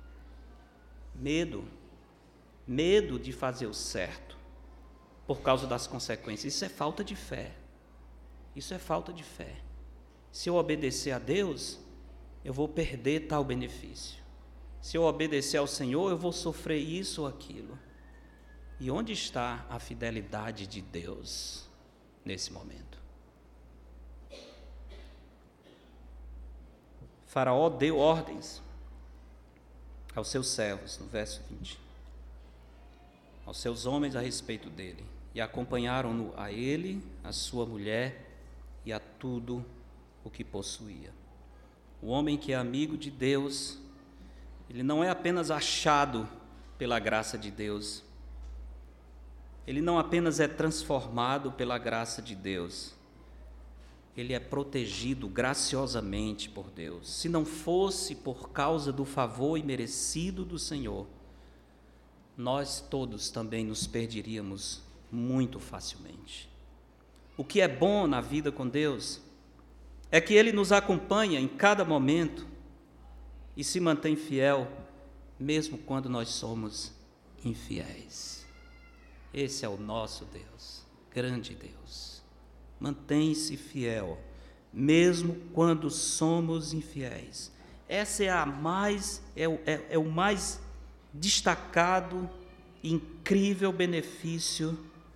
Medo, medo de fazer o certo, por causa das consequências, isso é falta de fé, isso é falta de fé. Se eu obedecer a Deus, eu vou perder tal benefício, se eu obedecer ao Senhor, eu vou sofrer isso ou aquilo. E onde está a fidelidade de Deus nesse momento? Faraó deu ordens aos seus servos, no verso vinte, aos seus homens a respeito dele, e acompanharam-no a ele, a sua mulher e a tudo o que possuía. O homem que é amigo de Deus, ele não é apenas achado pela graça de Deus, ele não apenas é transformado pela graça de Deus, ele é protegido graciosamente por Deus. Se não fosse por causa do favor imerecido do Senhor, nós todos também nos perderíamos muito facilmente. O que é bom na vida com Deus é que Ele nos acompanha em cada momento e se mantém fiel, mesmo quando nós somos infiéis. Esse é o nosso Deus, grande Deus. Mantém-se fiel, mesmo quando somos infiéis. Essa é a mais, é, o, é, é o mais destacado e incrível benefício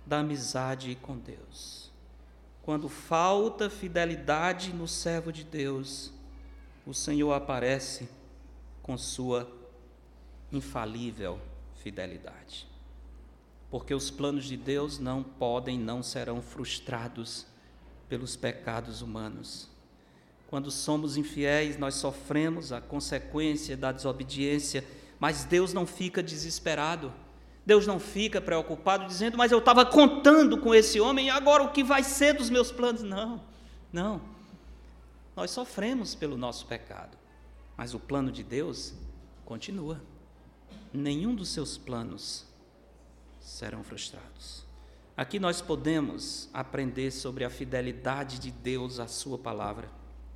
da amizade com Deus. Quando falta fidelidade no servo de Deus, o Senhor aparece com sua infalível fidelidade. Porque os planos de Deus não podem, não serão frustrados pelos pecados humanos. Quando somos infiéis, nós sofremos a consequência da desobediência, mas Deus não fica desesperado. Deus não fica preocupado dizendo, mas eu estava contando com esse homem e agora o que vai ser dos meus planos? Não, não. Nós sofremos pelo nosso pecado, mas o plano de Deus continua. Nenhum dos seus planos serão frustrados. Aqui nós podemos aprender sobre a fidelidade de Deus à sua palavra.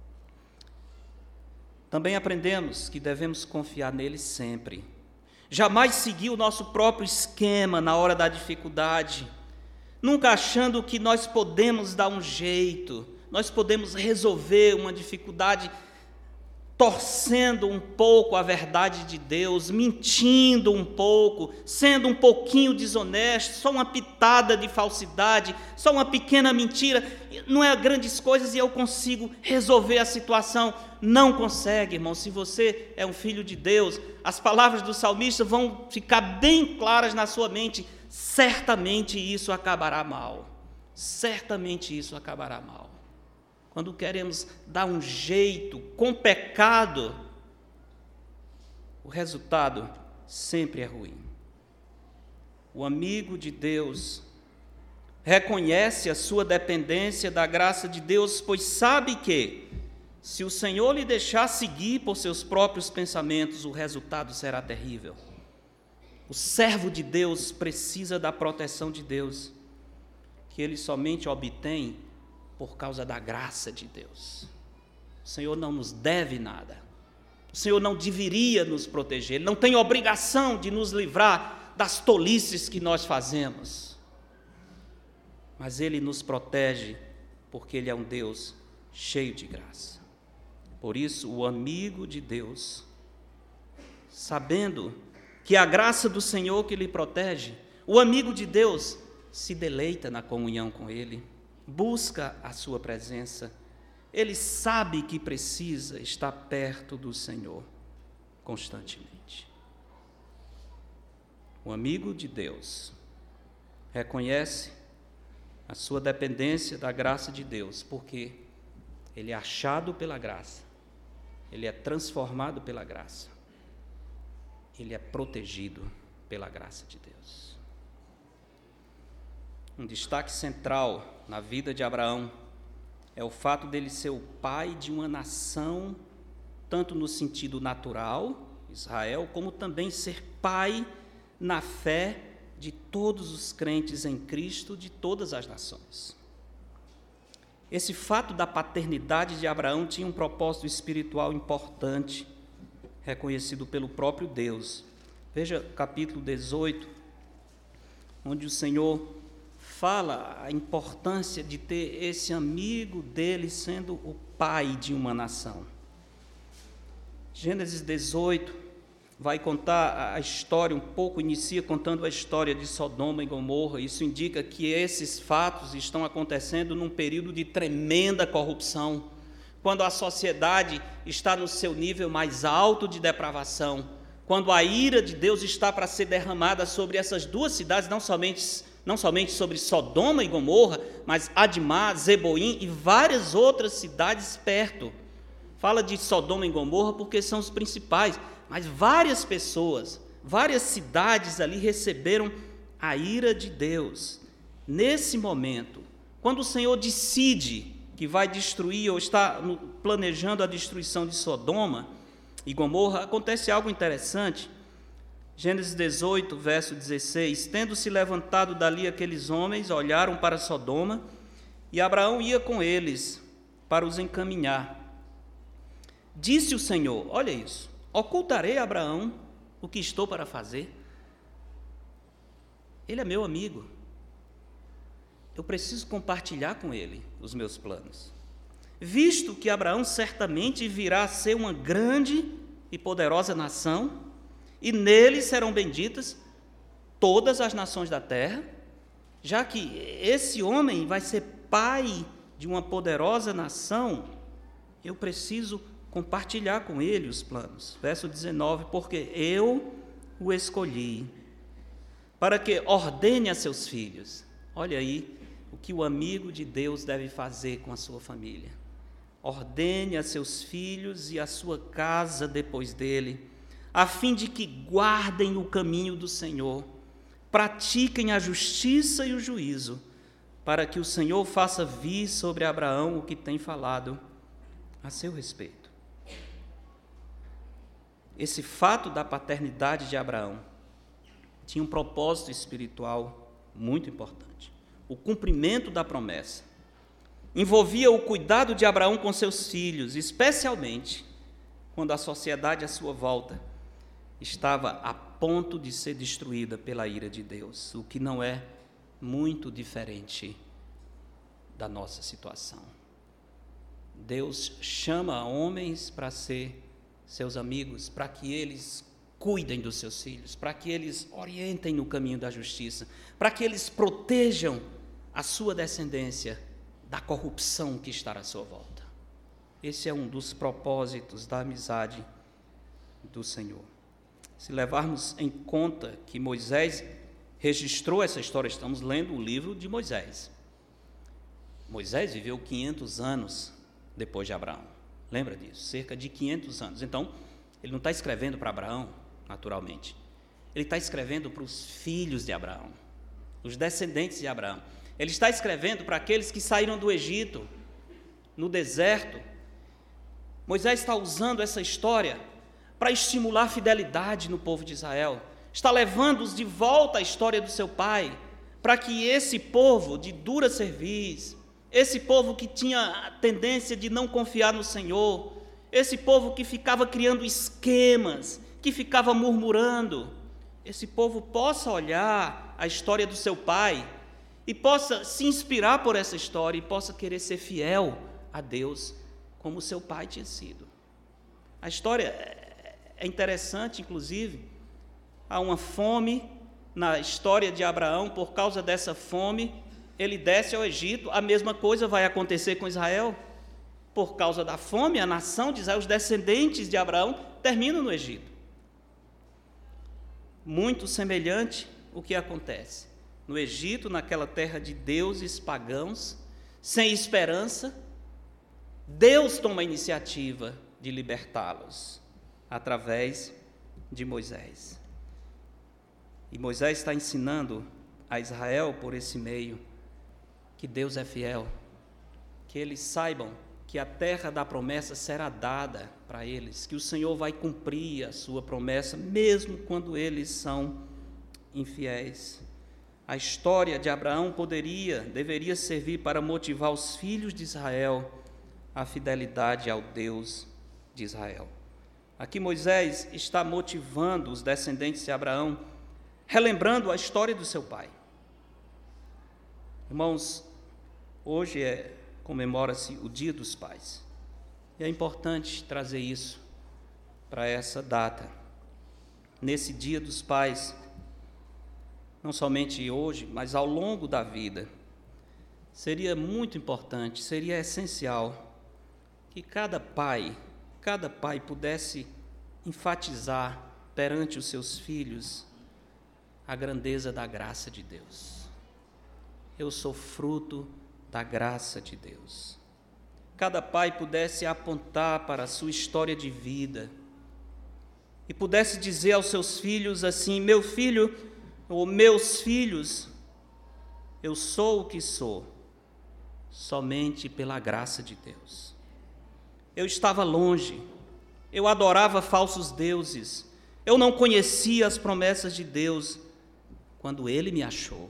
Também aprendemos que devemos confiar nele sempre. Jamais seguir o nosso próprio esquema na hora da dificuldade, nunca achando que nós podemos dar um jeito, nós podemos resolver uma dificuldade torcendo um pouco a verdade de Deus, mentindo um pouco, sendo um pouquinho desonesto, só uma pitada de falsidade, só uma pequena mentira, não é grandes coisas e eu consigo resolver a situação. Não consegue, irmão. Se você é um filho de Deus, as palavras do salmista vão ficar bem claras na sua mente. Certamente isso acabará mal. Certamente isso acabará mal. Quando queremos dar um jeito com pecado, o resultado sempre é ruim. O amigo de Deus reconhece a sua dependência da graça de Deus, pois sabe que, se o Senhor lhe deixar seguir por seus próprios pensamentos, o resultado será terrível. O servo de Deus precisa da proteção de Deus, que ele somente obtém por causa da graça de Deus. O Senhor não nos deve nada. O Senhor não deveria nos proteger. Ele não tem obrigação de nos livrar das tolices que nós fazemos. Mas Ele nos protege porque Ele é um Deus cheio de graça. Por isso, o amigo de Deus, sabendo que a graça do Senhor que lhe protege, o amigo de Deus se deleita na comunhão com Ele, busca a sua presença, ele sabe que precisa estar perto do Senhor constantemente. O amigo de Deus reconhece a sua dependência da graça de Deus, porque ele é achado pela graça, ele é transformado pela graça, ele é protegido pela graça de Deus. Um destaque central na vida de Abraão é o fato dele ser o pai de uma nação, tanto no sentido natural, Israel, como também ser pai na fé de todos os crentes em Cristo, de todas as nações. Esse fato da paternidade de Abraão tinha um propósito espiritual importante, reconhecido pelo próprio Deus. Veja capítulo dezoito, onde o Senhor fala a importância de ter esse amigo dele sendo o pai de uma nação. Gênesis dezoito vai contar a história, um pouco inicia contando a história de Sodoma e Gomorra. Isso indica que esses fatos estão acontecendo num período de tremenda corrupção, quando a sociedade está no seu nível mais alto de depravação, quando a ira de Deus está para ser derramada sobre essas duas cidades, não somente não somente sobre Sodoma e Gomorra, mas Admá, Zeboim e várias outras cidades perto. Fala de Sodoma e Gomorra porque são os principais, mas várias pessoas, várias cidades ali receberam a ira de Deus. Nesse momento, quando o Senhor decide que vai destruir ou está planejando a destruição de Sodoma e Gomorra, acontece algo interessante. Gênesis dezoito, verso dezesseis, tendo-se levantado dali aqueles homens, olharam para Sodoma, e Abraão ia com eles para os encaminhar. Disse o Senhor, olha isso, ocultarei a Abraão o que estou para fazer? Ele é meu amigo, eu preciso compartilhar com ele os meus planos. Visto que Abraão certamente virá a ser uma grande e poderosa nação, e nele serão benditas todas as nações da terra, já que esse homem vai ser pai de uma poderosa nação, eu preciso compartilhar com ele os planos. Verso dezenove, porque eu o escolhi para que ordene a seus filhos. Olha aí o que o amigo de Deus deve fazer com a sua família. Ordene a seus filhos e a sua casa depois dele, a fim de que guardem o caminho do Senhor, pratiquem a justiça e o juízo, para que o Senhor faça vir sobre Abraão o que tem falado a seu respeito. Esse fato da paternidade de Abraão tinha um propósito espiritual muito importante. O cumprimento da promessa envolvia o cuidado de Abraão com seus filhos, especialmente quando a sociedade à sua volta estava a ponto de ser destruída pela ira de Deus, o que não é muito diferente da nossa situação. Deus chama homens para ser seus amigos, para que eles cuidem dos seus filhos, para que eles orientem no caminho da justiça, para que eles protejam a sua descendência da corrupção que está à sua volta. Esse é um dos propósitos da amizade do Senhor. Se levarmos em conta que Moisés registrou essa história, estamos lendo o livro de Moisés. Moisés viveu quinhentos anos depois de Abraão. Lembra disso? Cerca de quinhentos anos. Então, ele não está escrevendo para Abraão, naturalmente. Ele está escrevendo para os filhos de Abraão, os descendentes de Abraão. Ele está escrevendo para aqueles que saíram do Egito, no deserto. Moisés está usando essa história para estimular a fidelidade no povo de Israel. Está levando-os de volta à história do seu pai, para que esse povo de dura cerviz, esse povo que tinha a tendência de não confiar no Senhor, esse povo que ficava criando esquemas, que ficava murmurando, esse povo possa olhar a história do seu pai e possa se inspirar por essa história e possa querer ser fiel a Deus como seu pai tinha sido. A história é interessante, inclusive, há uma fome na história de Abraão. Por causa dessa fome, ele desce ao Egito. A mesma coisa vai acontecer com Israel. Por causa da fome, a nação de Israel, os descendentes de Abraão, terminam no Egito. Muito semelhante o que acontece no Egito, naquela terra de deuses pagãos, sem esperança. Deus toma a iniciativa de libertá-los através de Moisés. E Moisés está ensinando a Israel, por esse meio, que Deus é fiel, que eles saibam que a terra da promessa será dada para eles, que o Senhor vai cumprir a sua promessa, mesmo quando eles são infiéis. A história de Abraão poderia, deveria servir para motivar os filhos de Israel à fidelidade ao Deus de Israel. Aqui Moisés está motivando os descendentes de Abraão, relembrando a história do seu pai. Irmãos, hoje é, comemora-se o Dia dos Pais. E é importante trazer isso para essa data. Nesse Dia dos Pais, não somente hoje, mas ao longo da vida, seria muito importante, seria essencial que cada pai, cada pai pudesse enfatizar perante os seus filhos a grandeza da graça de Deus. Eu sou fruto da graça de Deus. Cada pai pudesse apontar para a sua história de vida e pudesse dizer aos seus filhos assim: meu filho, ou meus filhos, eu sou o que sou, somente pela graça de Deus. Eu estava longe, eu adorava falsos deuses, eu não conhecia as promessas de Deus, quando Ele me achou.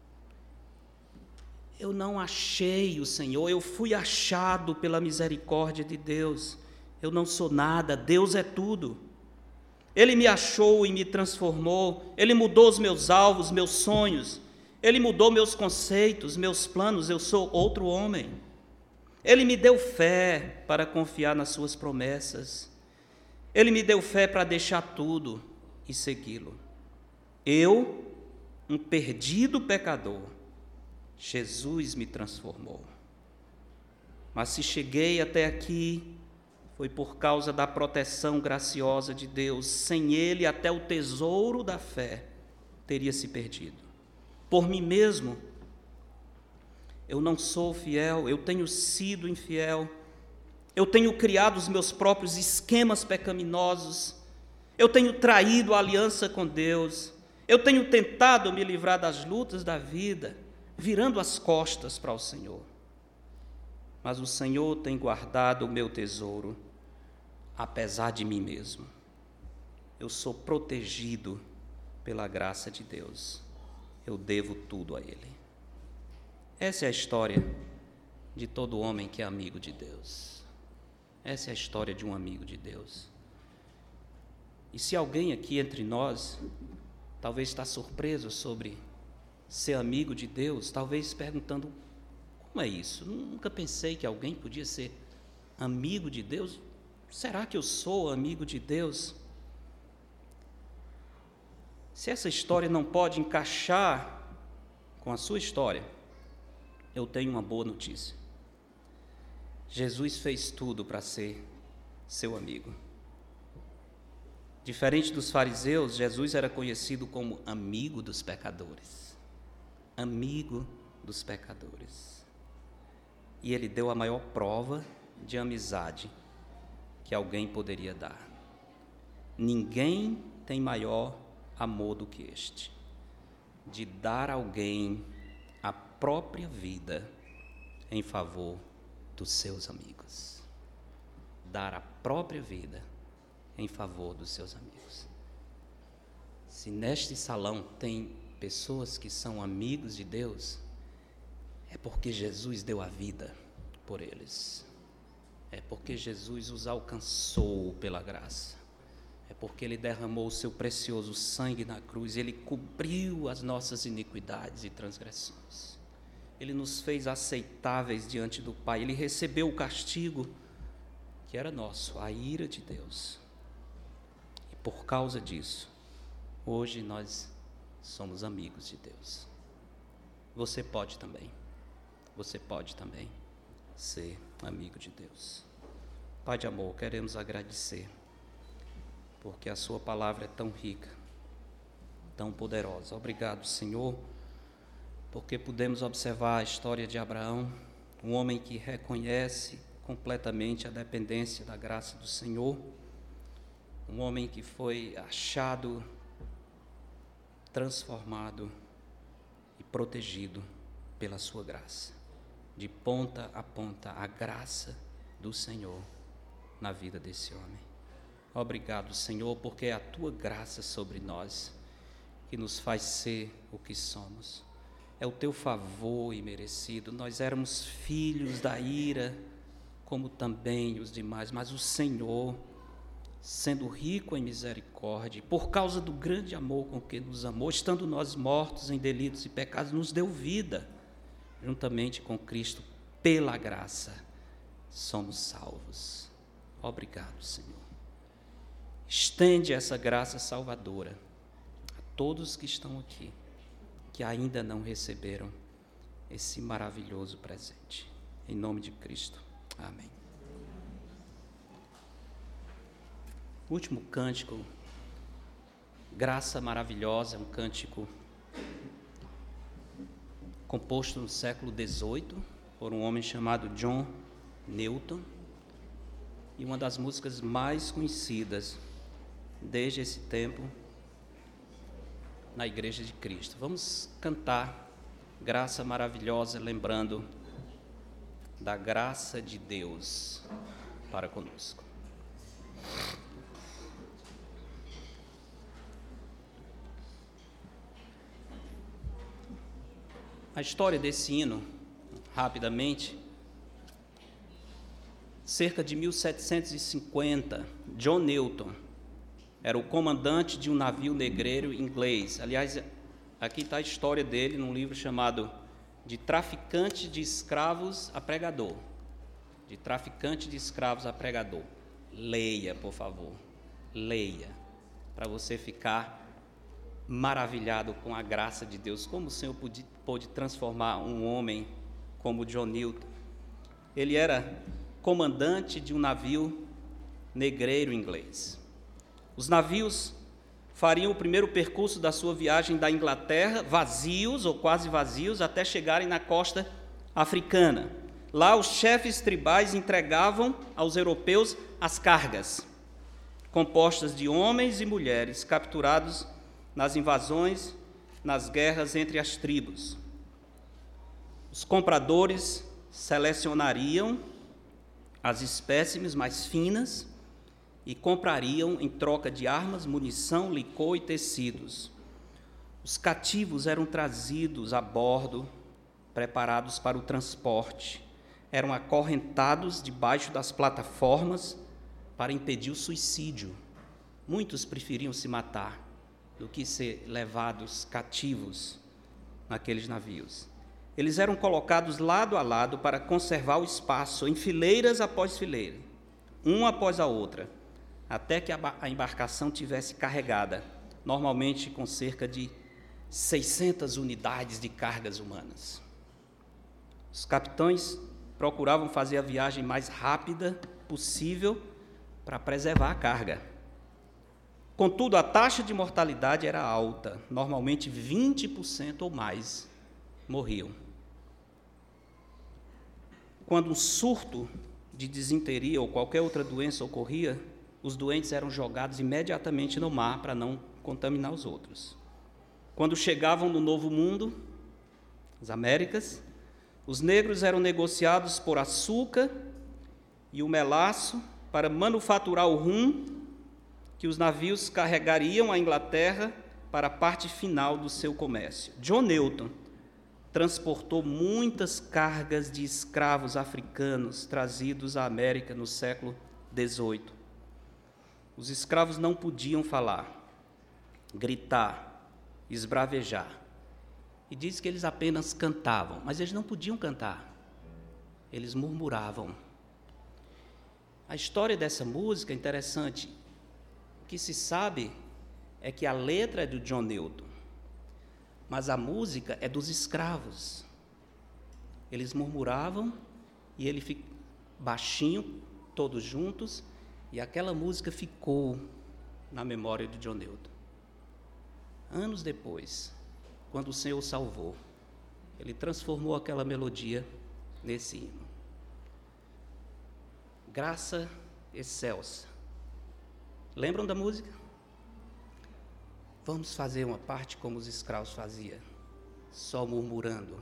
Eu não achei o Senhor, eu fui achado pela misericórdia de Deus. Eu não sou nada, Deus é tudo. Ele me achou e me transformou, Ele mudou os meus alvos, meus sonhos, Ele mudou meus conceitos, meus planos, eu sou outro homem. Ele me deu fé para confiar nas suas promessas. Ele me deu fé para deixar tudo e segui-lo. Eu, um perdido pecador, Jesus me transformou. Mas se cheguei até aqui, foi por causa da proteção graciosa de Deus. Sem Ele, até o tesouro da fé teria se perdido. Por mim mesmo, eu não sou fiel, eu tenho sido infiel. Eu tenho criado os meus próprios esquemas pecaminosos. Eu tenho traído a aliança com Deus. Eu tenho tentado me livrar das lutas da vida, virando as costas para o Senhor. Mas o Senhor tem guardado o meu tesouro, apesar de mim mesmo. Eu sou protegido pela graça de Deus. Eu devo tudo a Ele. Essa é a história de todo homem que é amigo de Deus. Essa é a história de um amigo de Deus. E se alguém aqui entre nós talvez está surpreso sobre ser amigo de Deus, talvez perguntando: como é isso? Nunca pensei que alguém podia ser amigo de Deus. Será que eu sou amigo de Deus? Se essa história não pode encaixar com a sua história, eu tenho uma boa notícia. Jesus fez tudo para ser seu amigo. Diferente dos fariseus, Jesus era conhecido como amigo dos pecadores. Amigo dos pecadores. E ele deu a maior prova de amizade que alguém poderia dar. Ninguém tem maior amor do que este, de dar a alguém a própria vida em favor dos seus amigos. Dar a própria vida em favor dos seus amigos. Se neste salão tem pessoas que são amigos de Deus, é porque Jesus deu a vida por eles. É porque Jesus os alcançou pela graça. É porque Ele derramou o seu precioso sangue na cruz. Ele cobriu as nossas iniquidades e transgressões. Ele nos fez aceitáveis diante do Pai. Ele recebeu o castigo que era nosso, a ira de Deus. E por causa disso, hoje nós somos amigos de Deus. Você pode também. Você pode também ser amigo de Deus. Pai de amor, queremos agradecer, porque a sua palavra é tão rica, tão poderosa. Obrigado, Senhor, porque pudemos observar a história de Abraão, um homem que reconhece completamente a dependência da graça do Senhor, um homem que foi achado, transformado e protegido pela sua graça. De ponta a ponta, a graça do Senhor na vida desse homem. Obrigado, Senhor, porque é a tua graça sobre nós que nos faz ser o que somos. É o teu favor imerecido. Nós éramos filhos da ira, como também os demais, mas o Senhor, sendo rico em misericórdia, por causa do grande amor com que nos amou, estando nós mortos em delitos e pecados, nos deu vida. Juntamente com Cristo, pela graça, somos salvos. Obrigado, Senhor. Estende essa graça salvadora a todos que estão aqui, que ainda não receberam esse maravilhoso presente. Em nome de Cristo. Amém. Último cântico, Graça Maravilhosa, um cântico composto no século dezoito por um homem chamado John Newton, e uma das músicas mais conhecidas desde esse tempo na Igreja de Cristo. Vamos cantar Graça Maravilhosa, lembrando da graça de Deus para conosco. A história desse hino, rapidamente, cerca de mil setecentos e cinquenta, John Newton era o comandante de um navio negreiro inglês. Aliás, aqui está a história dele num livro chamado De Traficante de Escravos a Pregador. De Traficante de Escravos a Pregador. Leia, por favor. Leia, para você ficar maravilhado com a graça de Deus, como o Senhor pôde, pôde transformar um homem como John Newton. Ele era comandante de um navio negreiro inglês. Os navios fariam o primeiro percurso da sua viagem da Inglaterra, vazios ou quase vazios, até chegarem na costa africana. Lá os chefes tribais entregavam aos europeus as cargas, compostas de homens e mulheres capturados nas invasões, nas guerras entre as tribos. Os compradores selecionariam as espécimes mais finas e comprariam em troca de armas, munição, licor e tecidos. Os cativos eram trazidos a bordo, preparados para o transporte. Eram acorrentados debaixo das plataformas para impedir o suicídio. Muitos preferiam se matar do que ser levados cativos naqueles navios. Eles eram colocados lado a lado para conservar o espaço, em fileiras após fileira, uma após a outra, até que a embarcação tivesse carregada, normalmente com cerca de seiscentas unidades de cargas humanas. Os capitães procuravam fazer a viagem mais rápida possível para preservar a carga. Contudo, a taxa de mortalidade era alta, normalmente vinte por cento ou mais morriam. Quando um surto de disenteria ou qualquer outra doença ocorria, os doentes eram jogados imediatamente no mar para não contaminar os outros. Quando chegavam no Novo Mundo, as Américas, os negros eram negociados por açúcar e o melaço para manufaturar o rum que os navios carregariam à Inglaterra para a parte final do seu comércio. John Newton transportou muitas cargas de escravos africanos trazidos à América no século dezoito. Os escravos não podiam falar, gritar, esbravejar. E diz que eles apenas cantavam, mas eles não podiam cantar. Eles murmuravam. A história dessa música é interessante. O que se sabe é que a letra é do John Newton, mas a música é dos escravos. Eles murmuravam e ele ficou baixinho, todos juntos, e aquela música ficou na memória de John Newton. Anos depois, quando o Senhor o salvou, ele transformou aquela melodia nesse hino. Graça excelsa. Lembram da música? Vamos fazer uma parte como os escravos faziam, só murmurando.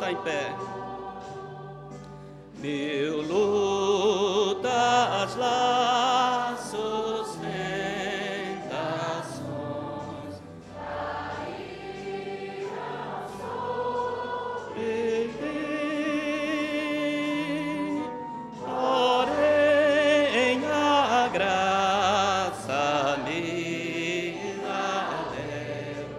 ficar em pé. Mil lutas, laços, tentações, caíram sobre mim, porém a graça me deu,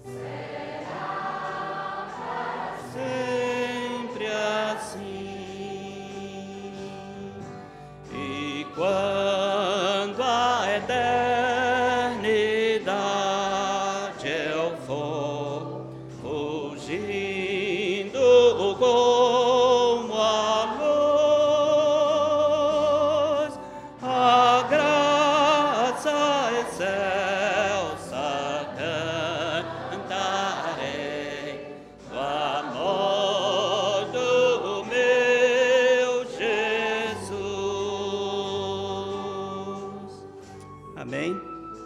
será para sempre assim. Quando a eternidade eu for fugindo como a luz, a graça excelsa cantarei do amor do meu Jesus. Amém?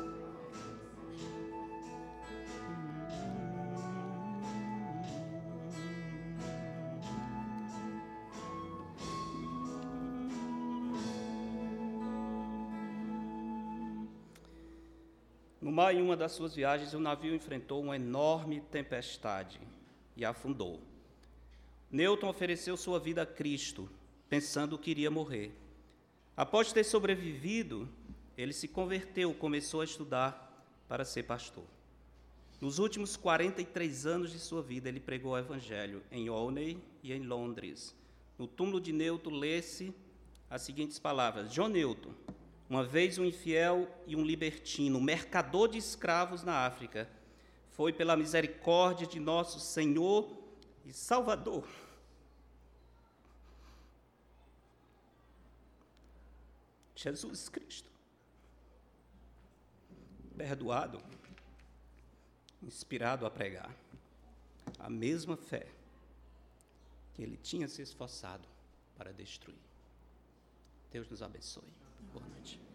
No mar, em uma das suas viagens, o navio enfrentou uma enorme tempestade e afundou. Newton ofereceu sua vida a Cristo, pensando que iria morrer. Após ter sobrevivido, ele se converteu, começou a estudar para ser pastor. Nos últimos quarenta e três anos de sua vida, ele pregou o Evangelho em Olney e em Londres. No túmulo de Newton, lê-se as seguintes palavras: John Newton, uma vez um infiel e um libertino, mercador de escravos na África, foi pela misericórdia de nosso Senhor e Salvador Jesus Cristo perdoado, inspirado a pregar a mesma fé que ele tinha se esforçado para destruir. Deus nos abençoe. Boa noite.